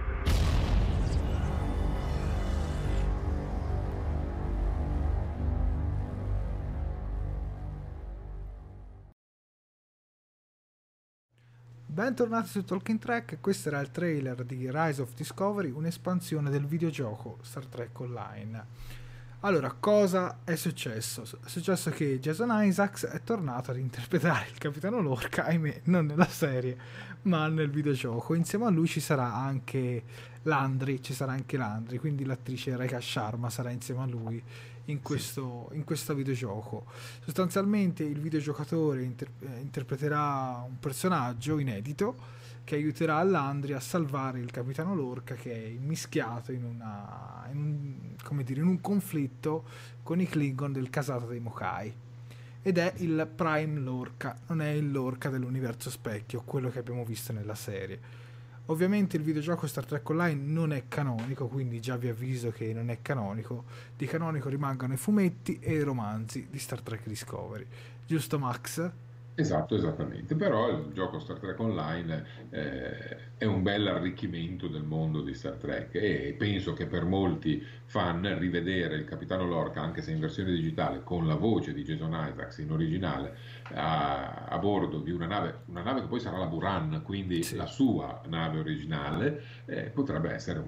Bentornati su Talking Trek, questo era il trailer di Rise of Discovery, un'espansione del videogioco Star Trek Online. Allora, cosa è successo? È successo che Jason Isaacs è tornato ad interpretare il capitano Lorca, ahimè, non nella serie, ma nel videogioco. Insieme a lui ci sarà anche Landry, quindi l'attrice Rekha Sharma sarà insieme a lui in questo videogioco. Sostanzialmente il videogiocatore interpreterà un personaggio inedito che aiuterà Landry a salvare il capitano Lorca, che è immischiato in un conflitto con i Klingon del casato dei Mokai. Ed è il Prime Lorca, non è il Lorca dell'universo specchio, quello che abbiamo visto nella serie. Ovviamente il videogioco Star Trek Online non è canonico, quindi già vi avviso che non è canonico. Di canonico rimangono i fumetti e i romanzi di Star Trek Discovery. Giusto, Max? Esatto, esattamente, però il gioco Star Trek Online è un bel arricchimento del mondo di Star Trek e penso che per molti fan rivedere il Capitano Lorca, anche se in versione digitale, con la voce di Jason Isaacs in originale, a bordo di una nave che poi sarà la Buran, quindi Sì. la sua nave originale, potrebbe essere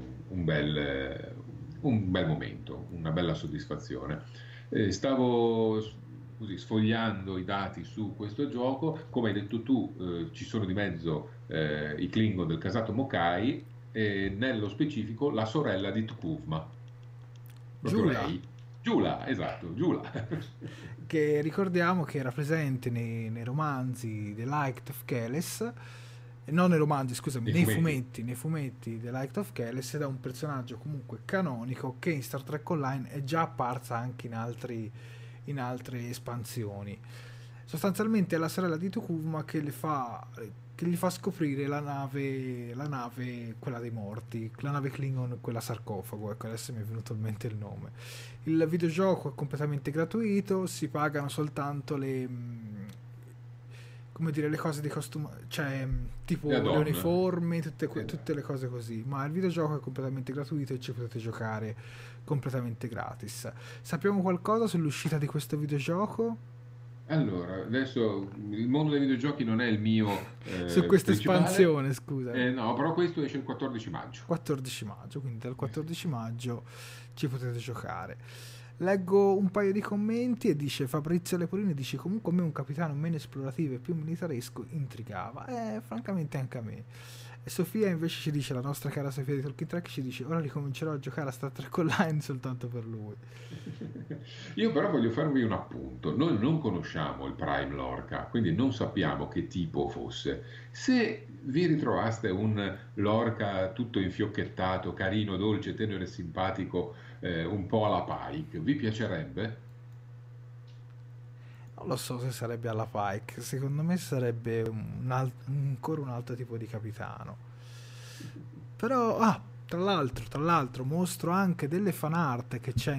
un bel momento, una bella soddisfazione. Stavo così sfogliando i dati su questo gioco, come hai detto tu, ci sono di mezzo i Klingon del casato Mokai e nello specifico la sorella di T'Kuvma, proprio Giula. lei, Giula, esatto, Giula. Che ricordiamo che era presente nei romanzi The Light of Keles, non nei romanzi, scusami, nei fumetti The Light of Keles, ed è un personaggio comunque canonico che in Star Trek Online è già apparsa anche in altre espansioni. Sostanzialmente è la sorella di T'Kuvma che gli fa scoprire la nave quella dei morti, la nave Klingon, quella sarcofago, ecco, adesso mi è venuto in mente il nome. Il videogioco è completamente gratuito, si pagano soltanto le cose di costume, cioè tipo le uniformi, tutte le cose così, ma il videogioco è completamente gratuito e ci potete giocare completamente gratis. Sappiamo qualcosa sull'uscita di questo videogioco? Allora, adesso il mondo dei videogiochi non è il mio Su questa principale. espansione, scusa. No, però questo esce il 14 maggio. 14 maggio, quindi dal 14 maggio ci potete giocare. Leggo un paio di commenti e dice Fabrizio Lepolini, dice comunque a me un capitano meno esplorativo e più militaresco intrigava, francamente anche a me. E Sofia invece ci dice, la nostra cara Sofia di Talking Track ci dice, ora ricomincerò a giocare a Star Trek Online soltanto per lui. Io però voglio farvi un appunto, noi non conosciamo il Prime Lorca, quindi non sappiamo che tipo fosse. Se vi ritrovaste un Lorca tutto infiocchettato, carino, dolce, tenero e simpatico, un po' alla Pike, vi piacerebbe? Non lo so se sarebbe alla Pike, secondo me sarebbe ancora un altro tipo di capitano. Però, tra l'altro mostro anche delle fan art che ci ha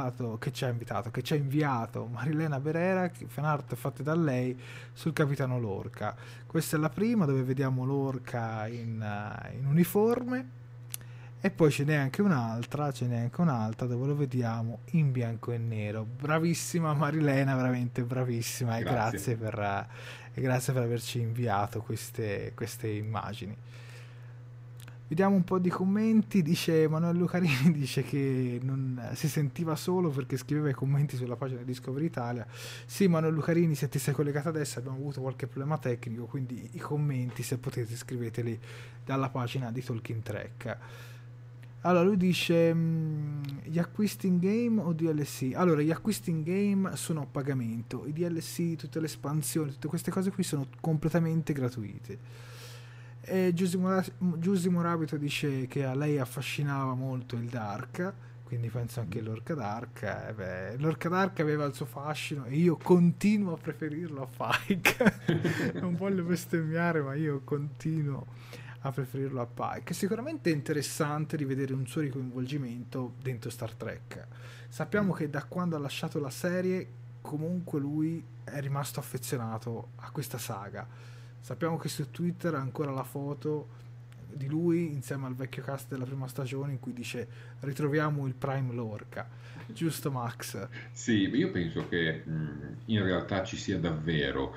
inviato Marilena Berera, fan art fatte da lei sul capitano Lorca. Questa è la prima dove vediamo Lorca in uniforme, e poi ce n'è anche un'altra dove lo vediamo in bianco e nero. Bravissima Marilena, veramente bravissima, Grazie. e grazie per averci inviato queste immagini. Vediamo un po' di commenti. Dice Emanuele Lucarini, dice che non si sentiva solo perché scriveva i commenti sulla pagina di Discovery Italia. Sì, Emanuele Lucarini, se ti sei collegato adesso abbiamo avuto qualche problema tecnico, quindi i commenti, se potete, scriveteli dalla pagina di Talking Track. Allora lui dice gli acquisti in game o DLC? Allora, gli acquisti in game sono a pagamento, i DLC, tutte le espansioni, tutte queste cose qui sono completamente gratuite. E Giusy Morabito dice che a lei affascinava molto il Dark, quindi penso anche l'Orca Dark. L'Orca Dark aveva il suo fascino e io continuo a preferirlo a Pike. Non voglio bestemmiare, ma io continuo a preferirlo a Pike. Sicuramente è interessante rivedere un suo ricoinvolgimento dentro Star Trek. Sappiamo che da quando ha lasciato la serie comunque lui è rimasto affezionato a questa saga. Sappiamo che su Twitter ha ancora la foto di lui insieme al vecchio cast della prima stagione in cui dice ritroviamo il Prime Lorca, giusto Max? Sì, io penso che in realtà ci sia davvero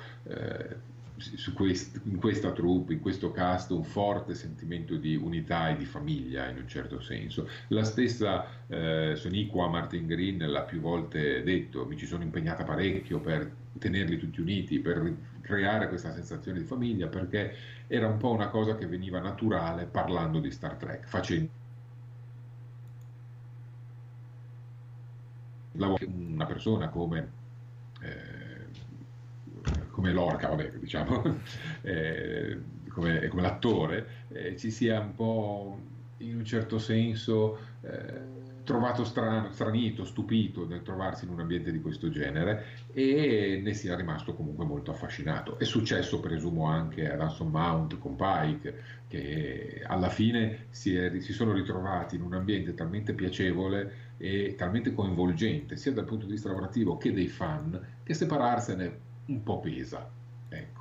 in questa troupe, in questo cast, un forte sentimento di unità e di famiglia in un certo senso. La stessa Soniqua Martin Green l'ha più volte detto, mi ci sono impegnata parecchio per tenerli tutti uniti, per creare questa sensazione di famiglia, perché era un po' una cosa che veniva naturale parlando di Star Trek, facendo una persona come Lorca, vabbè, diciamo, come l'attore, ci sia un po' in un certo senso trovato stranito, stupito nel trovarsi in un ambiente di questo genere e ne sia rimasto comunque molto affascinato. È successo, presumo, anche ad Anson Mount con Pike, che alla fine si sono ritrovati in un ambiente talmente piacevole e talmente coinvolgente, sia dal punto di vista lavorativo che dei fan, che separarsene un po' pesa. Ecco.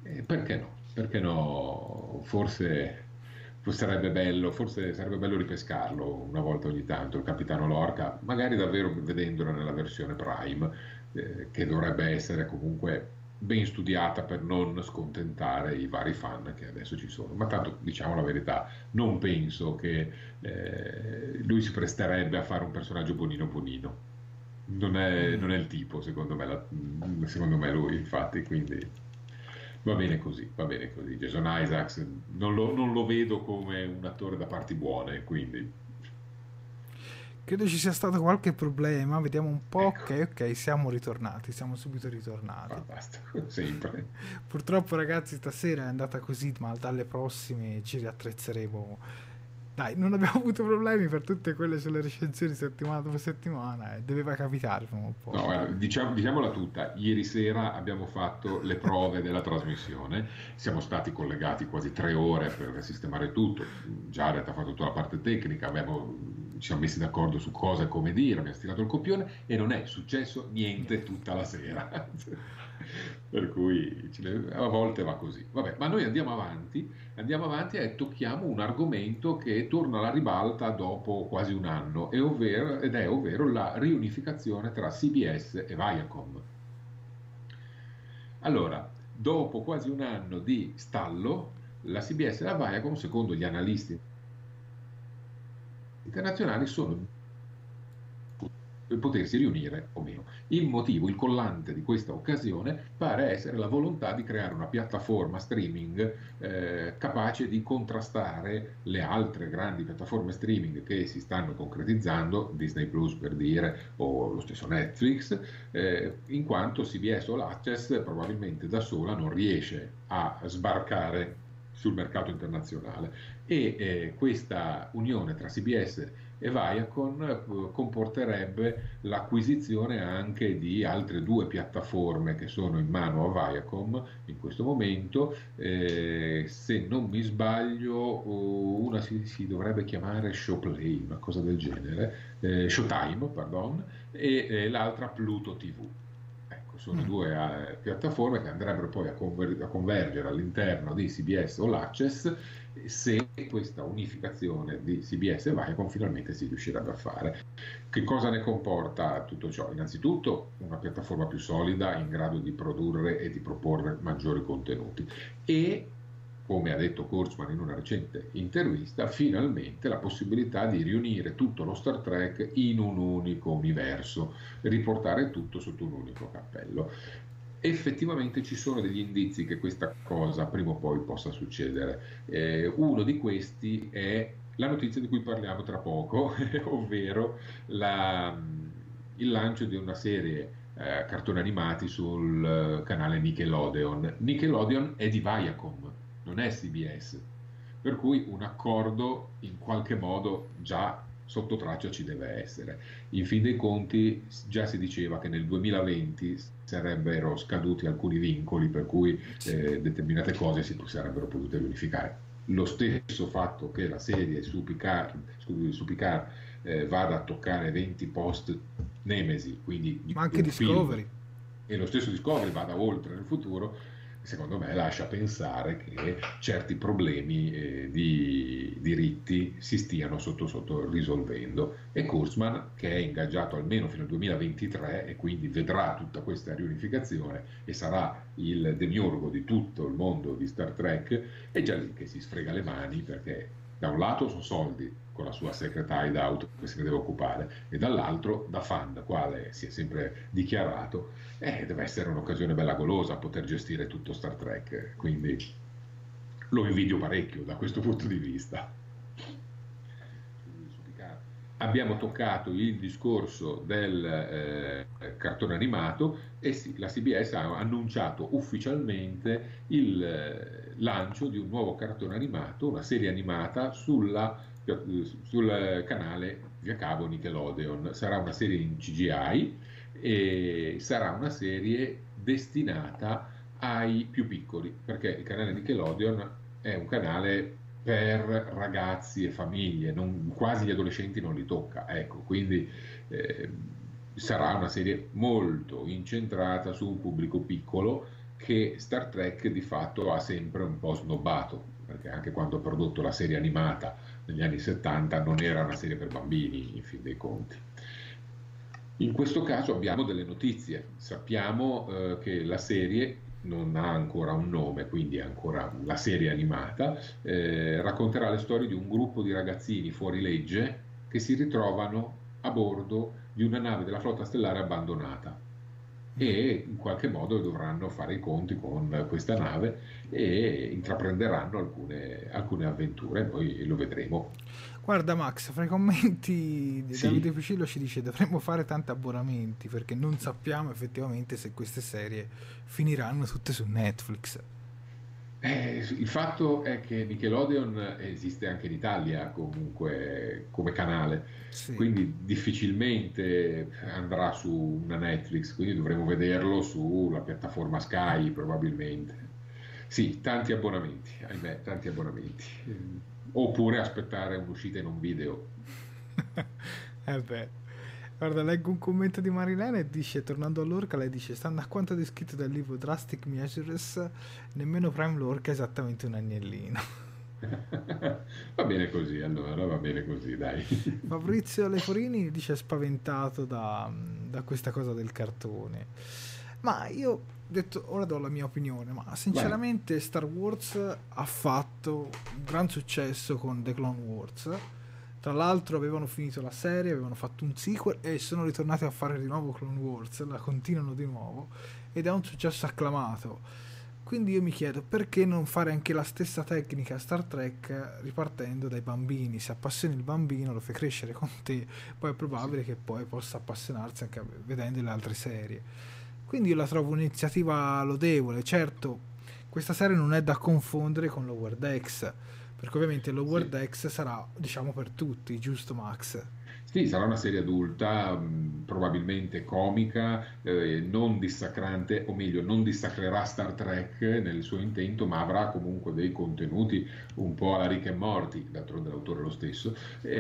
Perché no? Perché no? Sarebbe bello ripescarlo una volta ogni tanto, il Capitano Lorca, magari davvero vedendolo nella versione Prime, che dovrebbe essere comunque ben studiata per non scontentare i vari fan che adesso ci sono. Ma tanto, diciamo la verità, non penso che lui si presterebbe a fare un personaggio bonino bonino. Non è il tipo, secondo me lui, infatti, quindi va bene così, va bene così. Jason Isaacs non lo vedo come un attore da parti buone, quindi Credo ci sia stato qualche problema, vediamo un po'. ecco, Ok, siamo subito ritornati. basta, sempre. Purtroppo ragazzi stasera è andata così, ma dalle prossime ci riattrezzeremo. Dai, non abbiamo avuto problemi per tutte quelle sulle recensioni settimana dopo settimana, e doveva capitare prima o No, poi. diciamola tutta, ieri sera abbiamo fatto le prove della trasmissione, siamo stati collegati quasi 3 ore per sistemare tutto, Jared ha fatto tutta la parte tecnica, ci siamo messi d'accordo su cosa e come dire, abbiamo stilato il copione e non è successo niente tutta la sera, per cui a volte va così. Vabbè, ma noi andiamo avanti e tocchiamo un argomento che torna alla ribalta dopo quasi un anno, ovvero la riunificazione tra CBS e Viacom. Allora, dopo quasi un anno di stallo, la CBS e la Viacom, secondo gli analisti internazionali, sono potersi riunire o meno. Il motivo, il collante di questa occasione pare essere la volontà di creare una piattaforma streaming capace di contrastare le altre grandi piattaforme streaming che si stanno concretizzando, Disney Plus per dire, o lo stesso Netflix, in quanto CBS All Access probabilmente da sola non riesce a sbarcare sul mercato internazionale e questa unione tra CBS e Viacom comporterebbe l'acquisizione anche di altre 2 piattaforme che sono in mano a Viacom in questo momento, se non mi sbaglio una si dovrebbe chiamare Showplay, una cosa del genere, Showtime, pardon, e l'altra Pluto TV. Sono 2 piattaforme che andrebbero poi a convergere all'interno di CBS All Access se questa unificazione di CBS e Viacom finalmente si riuscirebbe a fare. Che cosa ne comporta tutto ciò? Innanzitutto una piattaforma più solida in grado di produrre e di proporre maggiori contenuti e, come ha detto Kurtzman in una recente intervista, finalmente la possibilità di riunire tutto lo Star Trek in un unico universo, riportare tutto sotto un unico cappello. Effettivamente ci sono degli indizi che questa cosa prima o poi possa succedere. Uno di questi è la notizia di cui parliamo tra poco, ovvero il lancio di una serie cartoni animati sul canale Nickelodeon. Nickelodeon è di Viacom, non è CBS, per cui un accordo in qualche modo già sotto traccia ci deve essere. In fin dei conti già si diceva che nel 2020 sarebbero scaduti alcuni vincoli per cui determinate cose si sarebbero potute riunificare. Lo stesso fatto che la serie su Picard vada a toccare 20 post Nemesi, quindi Ma anche Discovery. E lo stesso Discovery vada oltre nel futuro, secondo me lascia pensare che certi problemi di diritti si stiano sotto risolvendo, e Kurtzman, che è ingaggiato almeno fino al 2023 e quindi vedrà tutta questa riunificazione e sarà il demiurgo di tutto il mondo di Star Trek, è già lì che si sfrega le mani, perché da un lato sono soldi con la sua Secret Hideout che se ne deve occupare, e dall'altro, da fan, quale si è sempre dichiarato, deve essere un'occasione bella golosa poter gestire tutto Star Trek, quindi lo invidio parecchio da questo punto di vista. Abbiamo toccato il discorso del cartone animato e sì, la CBS ha annunciato ufficialmente il lancio di un nuovo cartone animato, una serie animata sul canale via cavo Nickelodeon. Sarà una serie in CGI e sarà una serie destinata ai più piccoli, perché il canale Nickelodeon è un canale per ragazzi e famiglie, quasi gli adolescenti non li tocca, ecco, quindi sarà una serie molto incentrata su un pubblico piccolo che Star Trek di fatto ha sempre un po' snobbato, perché anche quando ha prodotto la serie animata negli anni 70 non era una serie per bambini, in fin dei conti. In questo caso abbiamo delle notizie, sappiamo che la serie non ha ancora un nome, quindi è ancora la serie animata, racconterà le storie di un gruppo di ragazzini fuorilegge che si ritrovano a bordo di una nave della flotta stellare abbandonata e in qualche modo dovranno fare i conti con questa nave e intraprenderanno alcune avventure, poi lo vedremo. Guarda Max, fra i commenti di Sì. Davide Picillo ci dice dovremmo fare tanti abbonamenti perché non sappiamo effettivamente se queste serie finiranno tutte su Netflix. Il fatto è che Nickelodeon esiste anche in Italia comunque come canale, Sì. quindi difficilmente andrà su una Netflix, quindi dovremo vederlo sulla piattaforma Sky probabilmente. Sì, tanti abbonamenti, ahimè, tanti abbonamenti. Oppure aspettare un'uscita in un video. Beh. Guarda, leggo un commento di Marilena e dice, tornando all'orca, lei dice, stando a quanto descritto dal libro Drastic Measures, nemmeno Prime l'orca è esattamente un agnellino. Va bene così, allora, va bene così, dai. Fabrizio Leforini dice spaventato da questa cosa del cartone. Ma io detto, ora do la mia opinione, ma sinceramente Star Wars ha fatto un gran successo con The Clone Wars. Tra l'altro avevano finito la serie, avevano fatto un sequel e sono ritornati a fare di nuovo Clone Wars, la continuano di nuovo ed è un successo acclamato. Quindi io mi chiedo perché non fare anche la stessa tecnica a Star Trek ripartendo dai bambini. Se appassioni il bambino, lo fai crescere con te, poi è probabile che poi possa appassionarsi anche vedendo le altre serie. Quindi io la trovo un'iniziativa lodevole. Certo, questa serie non è da confondere con Lower Decks, perché ovviamente Lower Decks sarà, diciamo, per tutti, giusto Max? Sì, sarà una serie adulta, probabilmente comica, non dissacrante, o meglio, non dissacrerà Star Trek nel suo intento, ma avrà comunque dei contenuti un po' alla Rick e Morty, d'altronde l'autore è lo stesso,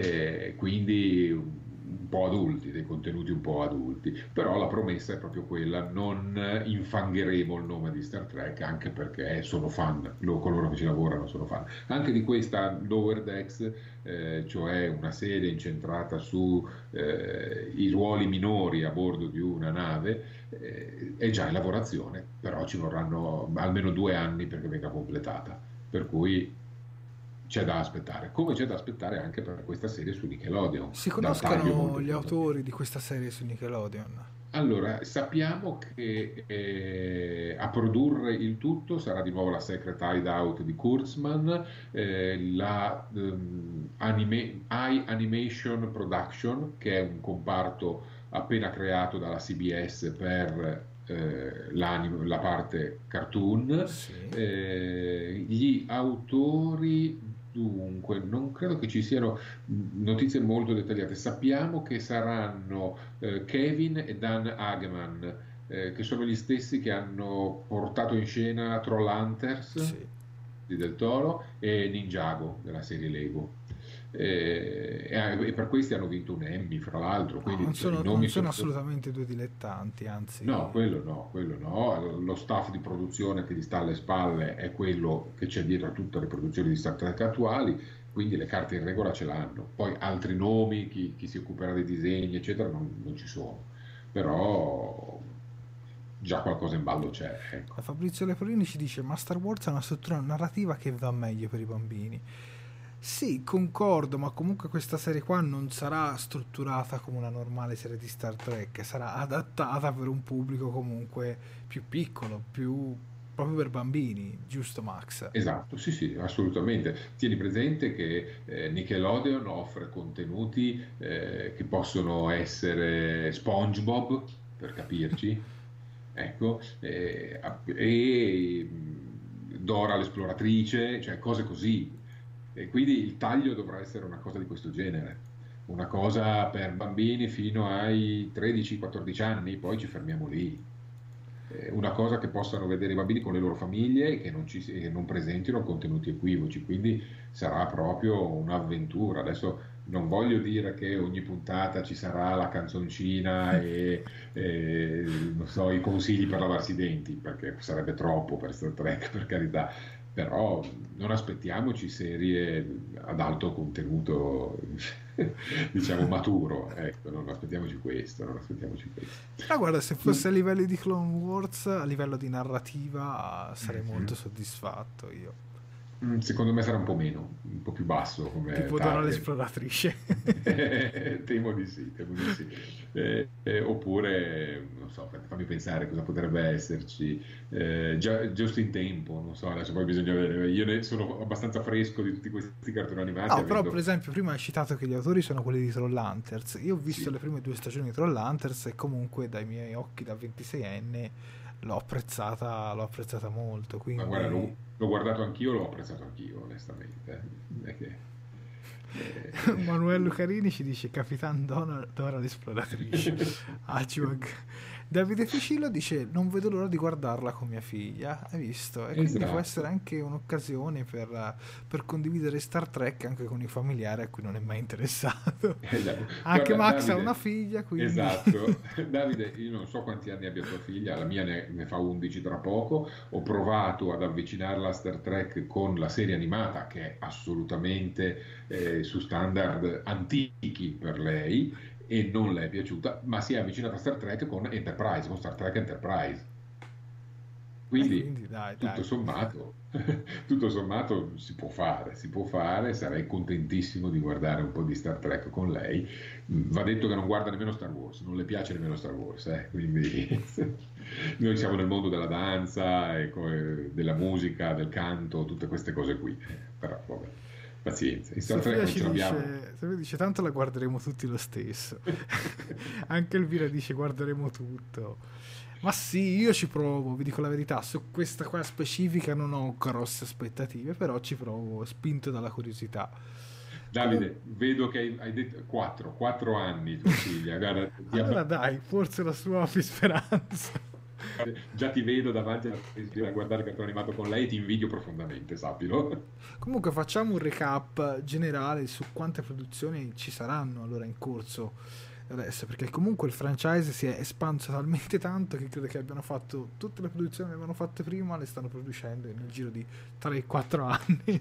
quindi un po' adulti, dei contenuti un po' adulti, però la promessa è proprio quella, non infangheremo il nome di Star Trek, anche perché sono fan, coloro che ci lavorano sono fan, anche di questa Lower Decks, cioè una serie incentrata su i ruoli minori a bordo di una nave, è già in lavorazione, però ci vorranno almeno 2 anni perché venga completata, per cui c'è da aspettare, come c'è da aspettare anche per questa serie su Nickelodeon. Si Dal taglio conoscono molto gli più autori di questa serie su Nickelodeon? Allora, sappiamo che a produrre il tutto sarà di nuovo la Secret Hideout di Kurtzman, la iAnimation Production, che è un comparto appena creato dalla CBS per la parte cartoon. Sì. Gli autori, dunque, non credo che ci siano notizie molto dettagliate. Sappiamo che saranno Kevin e Dan Hageman, che sono gli stessi che hanno portato in scena Trollhunters di Del Toro e Ninjago della serie Lego. E per questi hanno vinto un Emmy, fra l'altro. Quindi non sono, i nomi assolutamente due dilettanti, anzi. No, quello no. Lo staff di produzione che gli sta alle spalle è quello che c'è dietro a tutte le produzioni di Star Trek attuali, quindi le carte in regola ce l'hanno. Poi altri nomi, chi si occuperà dei disegni, eccetera, non ci sono. Però già qualcosa in ballo c'è. Ecco. Fabrizio Leporini ci dice: ma Star Wars ha una struttura narrativa che va meglio per i bambini. Sì, concordo, ma comunque questa serie qua non sarà strutturata come una normale serie di Star Trek, sarà adattata per un pubblico comunque più piccolo, proprio per bambini, giusto Max? Esatto, sì, assolutamente. Tieni presente che Nickelodeon offre contenuti che possono essere SpongeBob, per capirci, ecco, e Dora l'esploratrice, cioè cose così. E quindi il taglio dovrà essere una cosa di questo genere, una cosa per bambini fino ai 13-14 anni, poi ci fermiamo lì. Una cosa che possano vedere i bambini con le loro famiglie e che non presentino contenuti equivoci, quindi sarà proprio un'avventura. Adesso Non voglio dire che ogni puntata ci sarà la canzoncina e non so, i consigli per lavarsi i denti, perché sarebbe troppo per Star Trek, per carità. Però non aspettiamoci serie ad alto contenuto, diciamo maturo, ecco, non aspettiamoci questo, non aspettiamoci questo. Ah, guarda, se fosse a livelli di Clone Wars, a livello di narrativa, sarei molto soddisfatto io. Secondo me sarà un po' meno, un po' più basso come Tipo Dora l'esploratrice. Temo di sì, temo di sì. Oppure, non so, fammi pensare cosa potrebbe esserci, giusto in tempo, non so, adesso poi bisogna vedere. Io ne sono abbastanza fresco di tutti questi cartoni animati. No, però per esempio prima hai citato che gli autori sono quelli di Trollhunters. Io ho visto le prime 2 stagioni di Trollhunters e comunque dai miei occhi da 26enne l'ho apprezzata molto. Quindi... Ma guarda, l'ho guardato anch'io, l'ho apprezzato anch'io, onestamente. È che, Manuel Lucarini ci dice Capitan Dora l'esploratrice. Hachiwag. Davide Ficillo dice non vedo l'ora di guardarla con mia figlia, hai visto? E quindi può essere anche un'occasione per condividere Star Trek anche con i familiari a cui non è mai interessato. Anche Max Davide, ha una figlia, quindi... Esatto. Davide, io non so quanti anni abbia tua figlia, la mia ne fa 11 tra poco. Ho provato ad avvicinarla a Star Trek con la serie animata, che è assolutamente su standard antichi per lei, e non le è piaciuta, ma si è avvicinata a Star Trek con Enterprise, con Star Trek Enterprise. Quindi dai. Tutto sommato si può fare, sarei contentissimo di guardare un po' di Star Trek con lei. Va detto che non guarda nemmeno Star Wars, non le piace nemmeno Star Wars, quindi noi siamo nel mondo della danza, della musica, del canto, tutte queste cose qui, però vabbè. Pazienza, in Star Trek non ce l'abbiamo. Sofia dice tanto la guarderemo tutti lo stesso. Anche Elvira dice guarderemo tutto. Ma sì, io ci provo, vi dico la verità, su questa qua specifica non ho grosse aspettative, però ci provo, spinto dalla curiosità. Davide, vedo che hai detto 4 anni tua figlia. Guarda, allora dai, forse la sua speranza. Già ti vedo davanti a guardare il cartone animato con lei e ti invidio profondamente, sappilo. Comunque facciamo un recap generale su quante produzioni ci saranno allora in corso adesso, perché comunque il franchise si è espanso talmente tanto che credo che abbiano fatto tutte le produzioni che avevano fatte prima, le stanno producendo nel giro di 3-4 anni.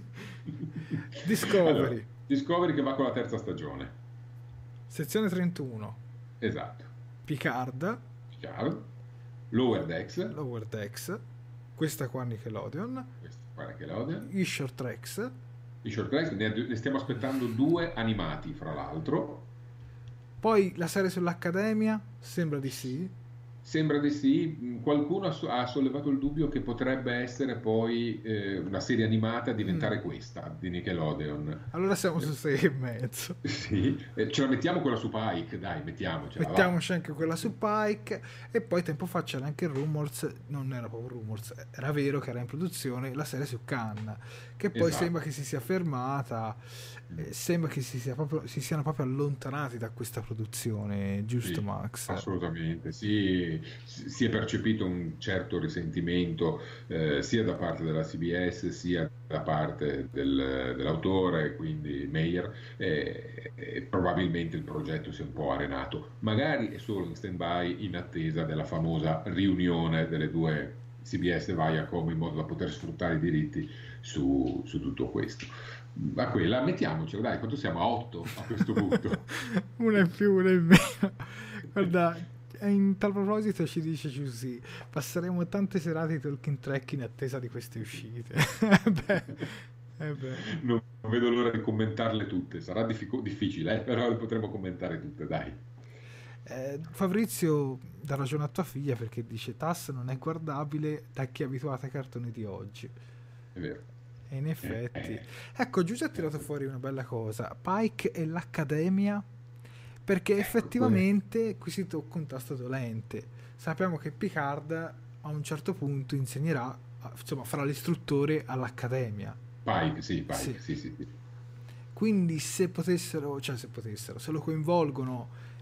Discovery che va con la 3ª stagione. Sezione 31. Esatto. Picard. Lower Decks, questa qua Nickelodeon, i Short Tracks, ne stiamo aspettando 2 animati fra l'altro, poi la serie sull'Accademia, sembra di sì, qualcuno ha sollevato il dubbio che potrebbe essere poi una serie animata a diventare questa di Nickelodeon. Allora siamo su 6,5. Sì, ce la mettiamo quella su Pike, dai, mettiamoci anche quella su Pike. E poi tempo fa c'era anche Rumors, non era proprio Rumors, era vero che era in produzione la serie su Khan, che poi sembra che si sia fermata, sembra che si siano proprio allontanati da questa produzione, giusto? Sì, Max? Assolutamente, sì. Si è percepito un certo risentimento sia da parte della CBS sia da parte dell'autore, quindi Meyer, e probabilmente il progetto si è un po' arenato, magari è solo in stand-by in attesa della famosa riunione delle 2 CBS e Viacom, in modo da poter sfruttare i diritti su tutto questo. Ma quella mettiamocela, dai, quanto siamo? A 8 a questo punto. Una in più, una in meno. Guarda, in tal proposito ci dice Giusy, passeremo tante serate di Talking Track in attesa di queste uscite. Non vedo l'ora di commentarle tutte, sarà difficile, però le potremo commentare tutte, dai. Fabrizio dà ragione a tua figlia, perché dice TAS non è guardabile da chi è abituato ai cartoni di oggi. È vero. E in effetti ecco, Giuseppe ha tirato fuori una bella cosa, Pike e l'Accademia, perché effettivamente qui si tocca un tasto dolente. Sappiamo che Picard a un certo punto insegnerà, insomma farà l'istruttore all'Accademia. Pike, sì. Quindi se lo coinvolgono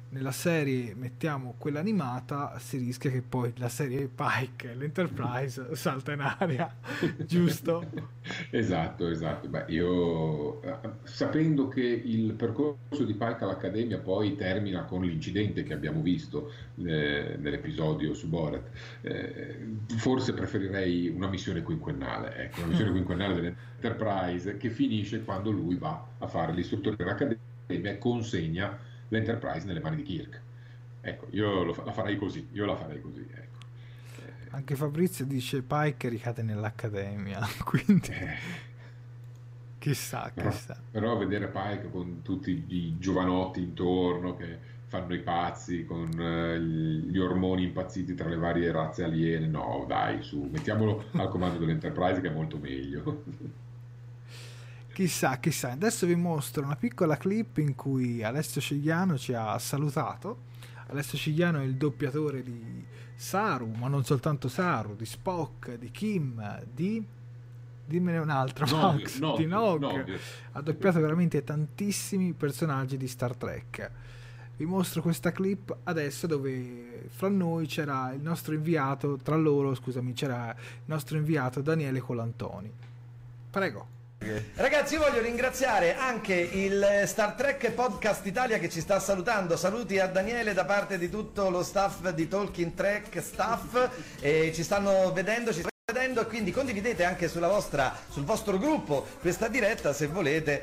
nella serie mettiamo quella animata, si rischia che poi la serie Pike, l'Enterprise, salta in aria, giusto? Esatto. Beh, io sapendo che il percorso di Pike all'Accademia poi termina con l'incidente che abbiamo visto nell'episodio su Borat, forse preferirei una missione quinquennale, ecco, una missione quinquennale dell'Enterprise che finisce quando lui va a fare l'istruttore dell'Accademia e consegna l'Enterprise nelle mani di Kirk. Ecco, io la farei così, ecco. Anche Fabrizio dice Pike ricade nell'Accademia, quindi chissà. Però vedere Pike con tutti i giovanotti intorno che fanno i pazzi, con gli ormoni impazziti tra le varie razze aliene, no dai, su, mettiamolo al comando dell'Enterprise che è molto meglio. Chissà. Adesso vi mostro una piccola clip in cui Alessio Cigliano ci ha salutato. Alessio Cigliano è il doppiatore di Saru, ma non soltanto Saru, di Spock, di Kim, dimmene un altro, Max, di Nog. Ha doppiato veramente tantissimi personaggi di Star Trek. Vi mostro questa clip adesso dove fra noi c'era il nostro inviato, c'era il nostro inviato Daniele Colantoni. Prego. Ragazzi, io voglio ringraziare anche il Star Trek Podcast Italia che ci sta salutando. Saluti a Daniele da parte di tutto lo staff di Talking Trek staff, e ci stanno vedendo, e quindi condividete anche sul vostro gruppo questa diretta se volete,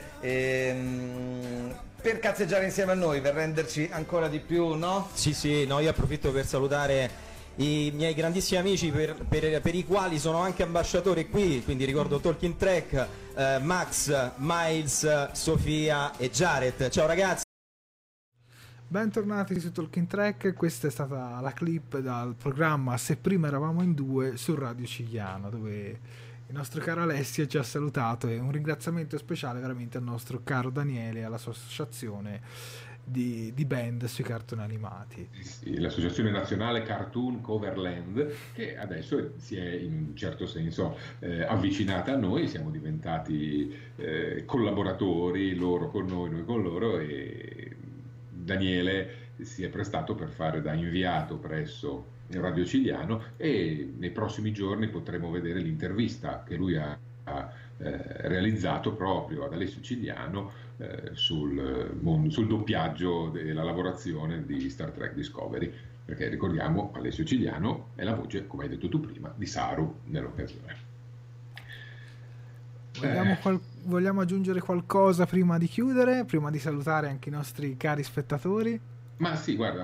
per cazzeggiare insieme a noi, per renderci ancora di più, no? Sì, no, io approfitto per salutare i miei grandissimi amici per i quali sono anche ambasciatore qui, quindi ricordo Talking Trek, Max, Miles, Sofia e Jared. Ciao ragazzi! Bentornati su Talking Trek, questa è stata la clip dal programma Se prima eravamo in due su Radio Cigliano, dove il nostro caro Alessio ci ha salutato, e un ringraziamento speciale veramente al nostro caro Daniele e alla sua associazione di band sui cartoni animati. Sì, l'Associazione Nazionale Cartoon Coverland, che adesso si è in un certo senso avvicinata a noi, siamo diventati collaboratori, loro con noi con loro, e Daniele si è prestato per fare da inviato presso il Radio Cigliano, e nei prossimi giorni potremo vedere l'intervista che lui ha realizzato proprio ad Alessio Cigliano sul doppiaggio della lavorazione di Star Trek Discovery, perché ricordiamo Alessio Cigliano è la voce, come hai detto tu prima, di Saru nell'occasione. Vogliamo aggiungere qualcosa prima di chiudere, prima di salutare anche i nostri cari spettatori? Ma sì, guarda,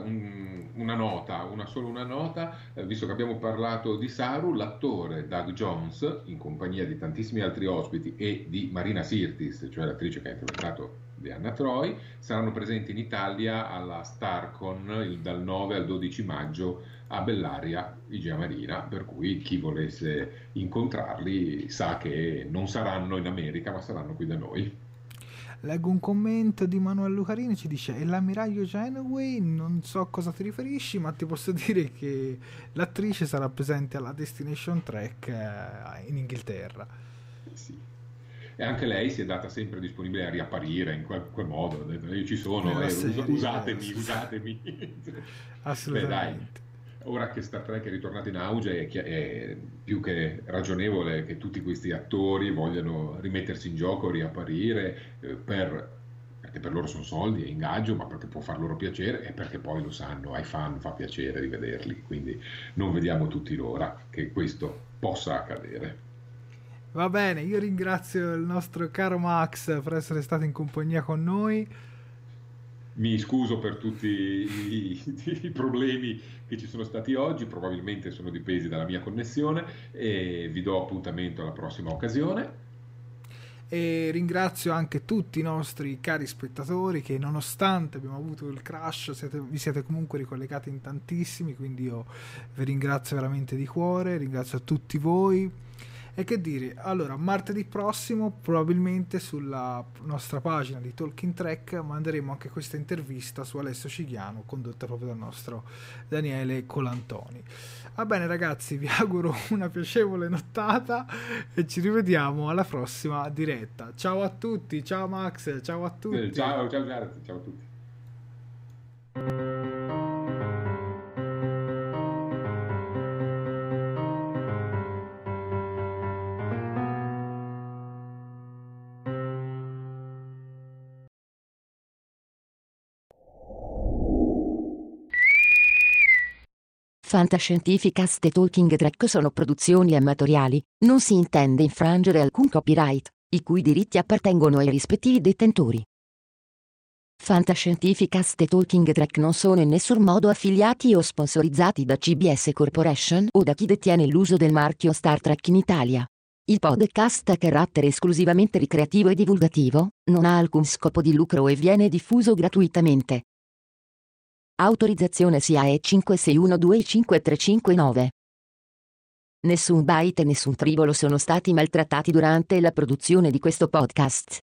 solo una nota, visto che abbiamo parlato di Saru, l'attore Doug Jones, in compagnia di tantissimi altri ospiti e di Marina Sirtis, cioè l'attrice che ha interpretato Deanna Troi, saranno presenti in Italia alla Starcon dal 9 al 12 maggio a Bellaria, Igea Marina, per cui chi volesse incontrarli sa che non saranno in America, ma saranno qui da noi. Leggo un commento di Manuel Lucarini, ci dice: è l'ammiraglio Janeway, non so a cosa ti riferisci, ma ti posso dire che l'attrice sarà presente alla Destination Trek in Inghilterra. Sì. E anche lei si è data sempre disponibile a riapparire in quel modo, ha detto, io ci sono, usatemi. Assolutamente. Beh, dai. Ora che Star Trek è ritornato in auge è più che ragionevole che tutti questi attori vogliano rimettersi in gioco, riapparire, perché per loro sono soldi e ingaggio, ma perché può far loro piacere e perché poi lo sanno, ai fan fa piacere rivederli, quindi non vediamo tutti l'ora che questo possa accadere. Va bene, io ringrazio il nostro caro Max per essere stato in compagnia con noi. Mi scuso per tutti i problemi che ci sono stati oggi, probabilmente sono dipesi dalla mia connessione, e vi do appuntamento alla prossima occasione. E ringrazio anche tutti i nostri cari spettatori che, nonostante abbiamo avuto il crash, vi siete comunque ricollegati in tantissimi, quindi io vi ringrazio veramente di cuore, ringrazio a tutti voi. E che dire, allora martedì prossimo probabilmente sulla nostra pagina di Talking Trek manderemo anche questa intervista su Alessio Cigliano, condotta proprio dal nostro Daniele Colantoni. Va bene ragazzi, vi auguro una piacevole nottata e ci rivediamo alla prossima diretta. Ciao a tutti, ciao Max, ciao a tutti. Ciao Jared, ciao a tutti. Fantascientificast e Talking Track sono produzioni amatoriali, non si intende infrangere alcun copyright, i cui diritti appartengono ai rispettivi detentori. Fantascientificast e Talking Track non sono in nessun modo affiliati o sponsorizzati da CBS Corporation o da chi detiene l'uso del marchio Star Trek in Italia. Il podcast ha carattere esclusivamente ricreativo e divulgativo, non ha alcun scopo di lucro e viene diffuso gratuitamente. Autorizzazione SIAE 56125359. Nessun byte e nessun tribolo sono stati maltrattati durante la produzione di questo podcast.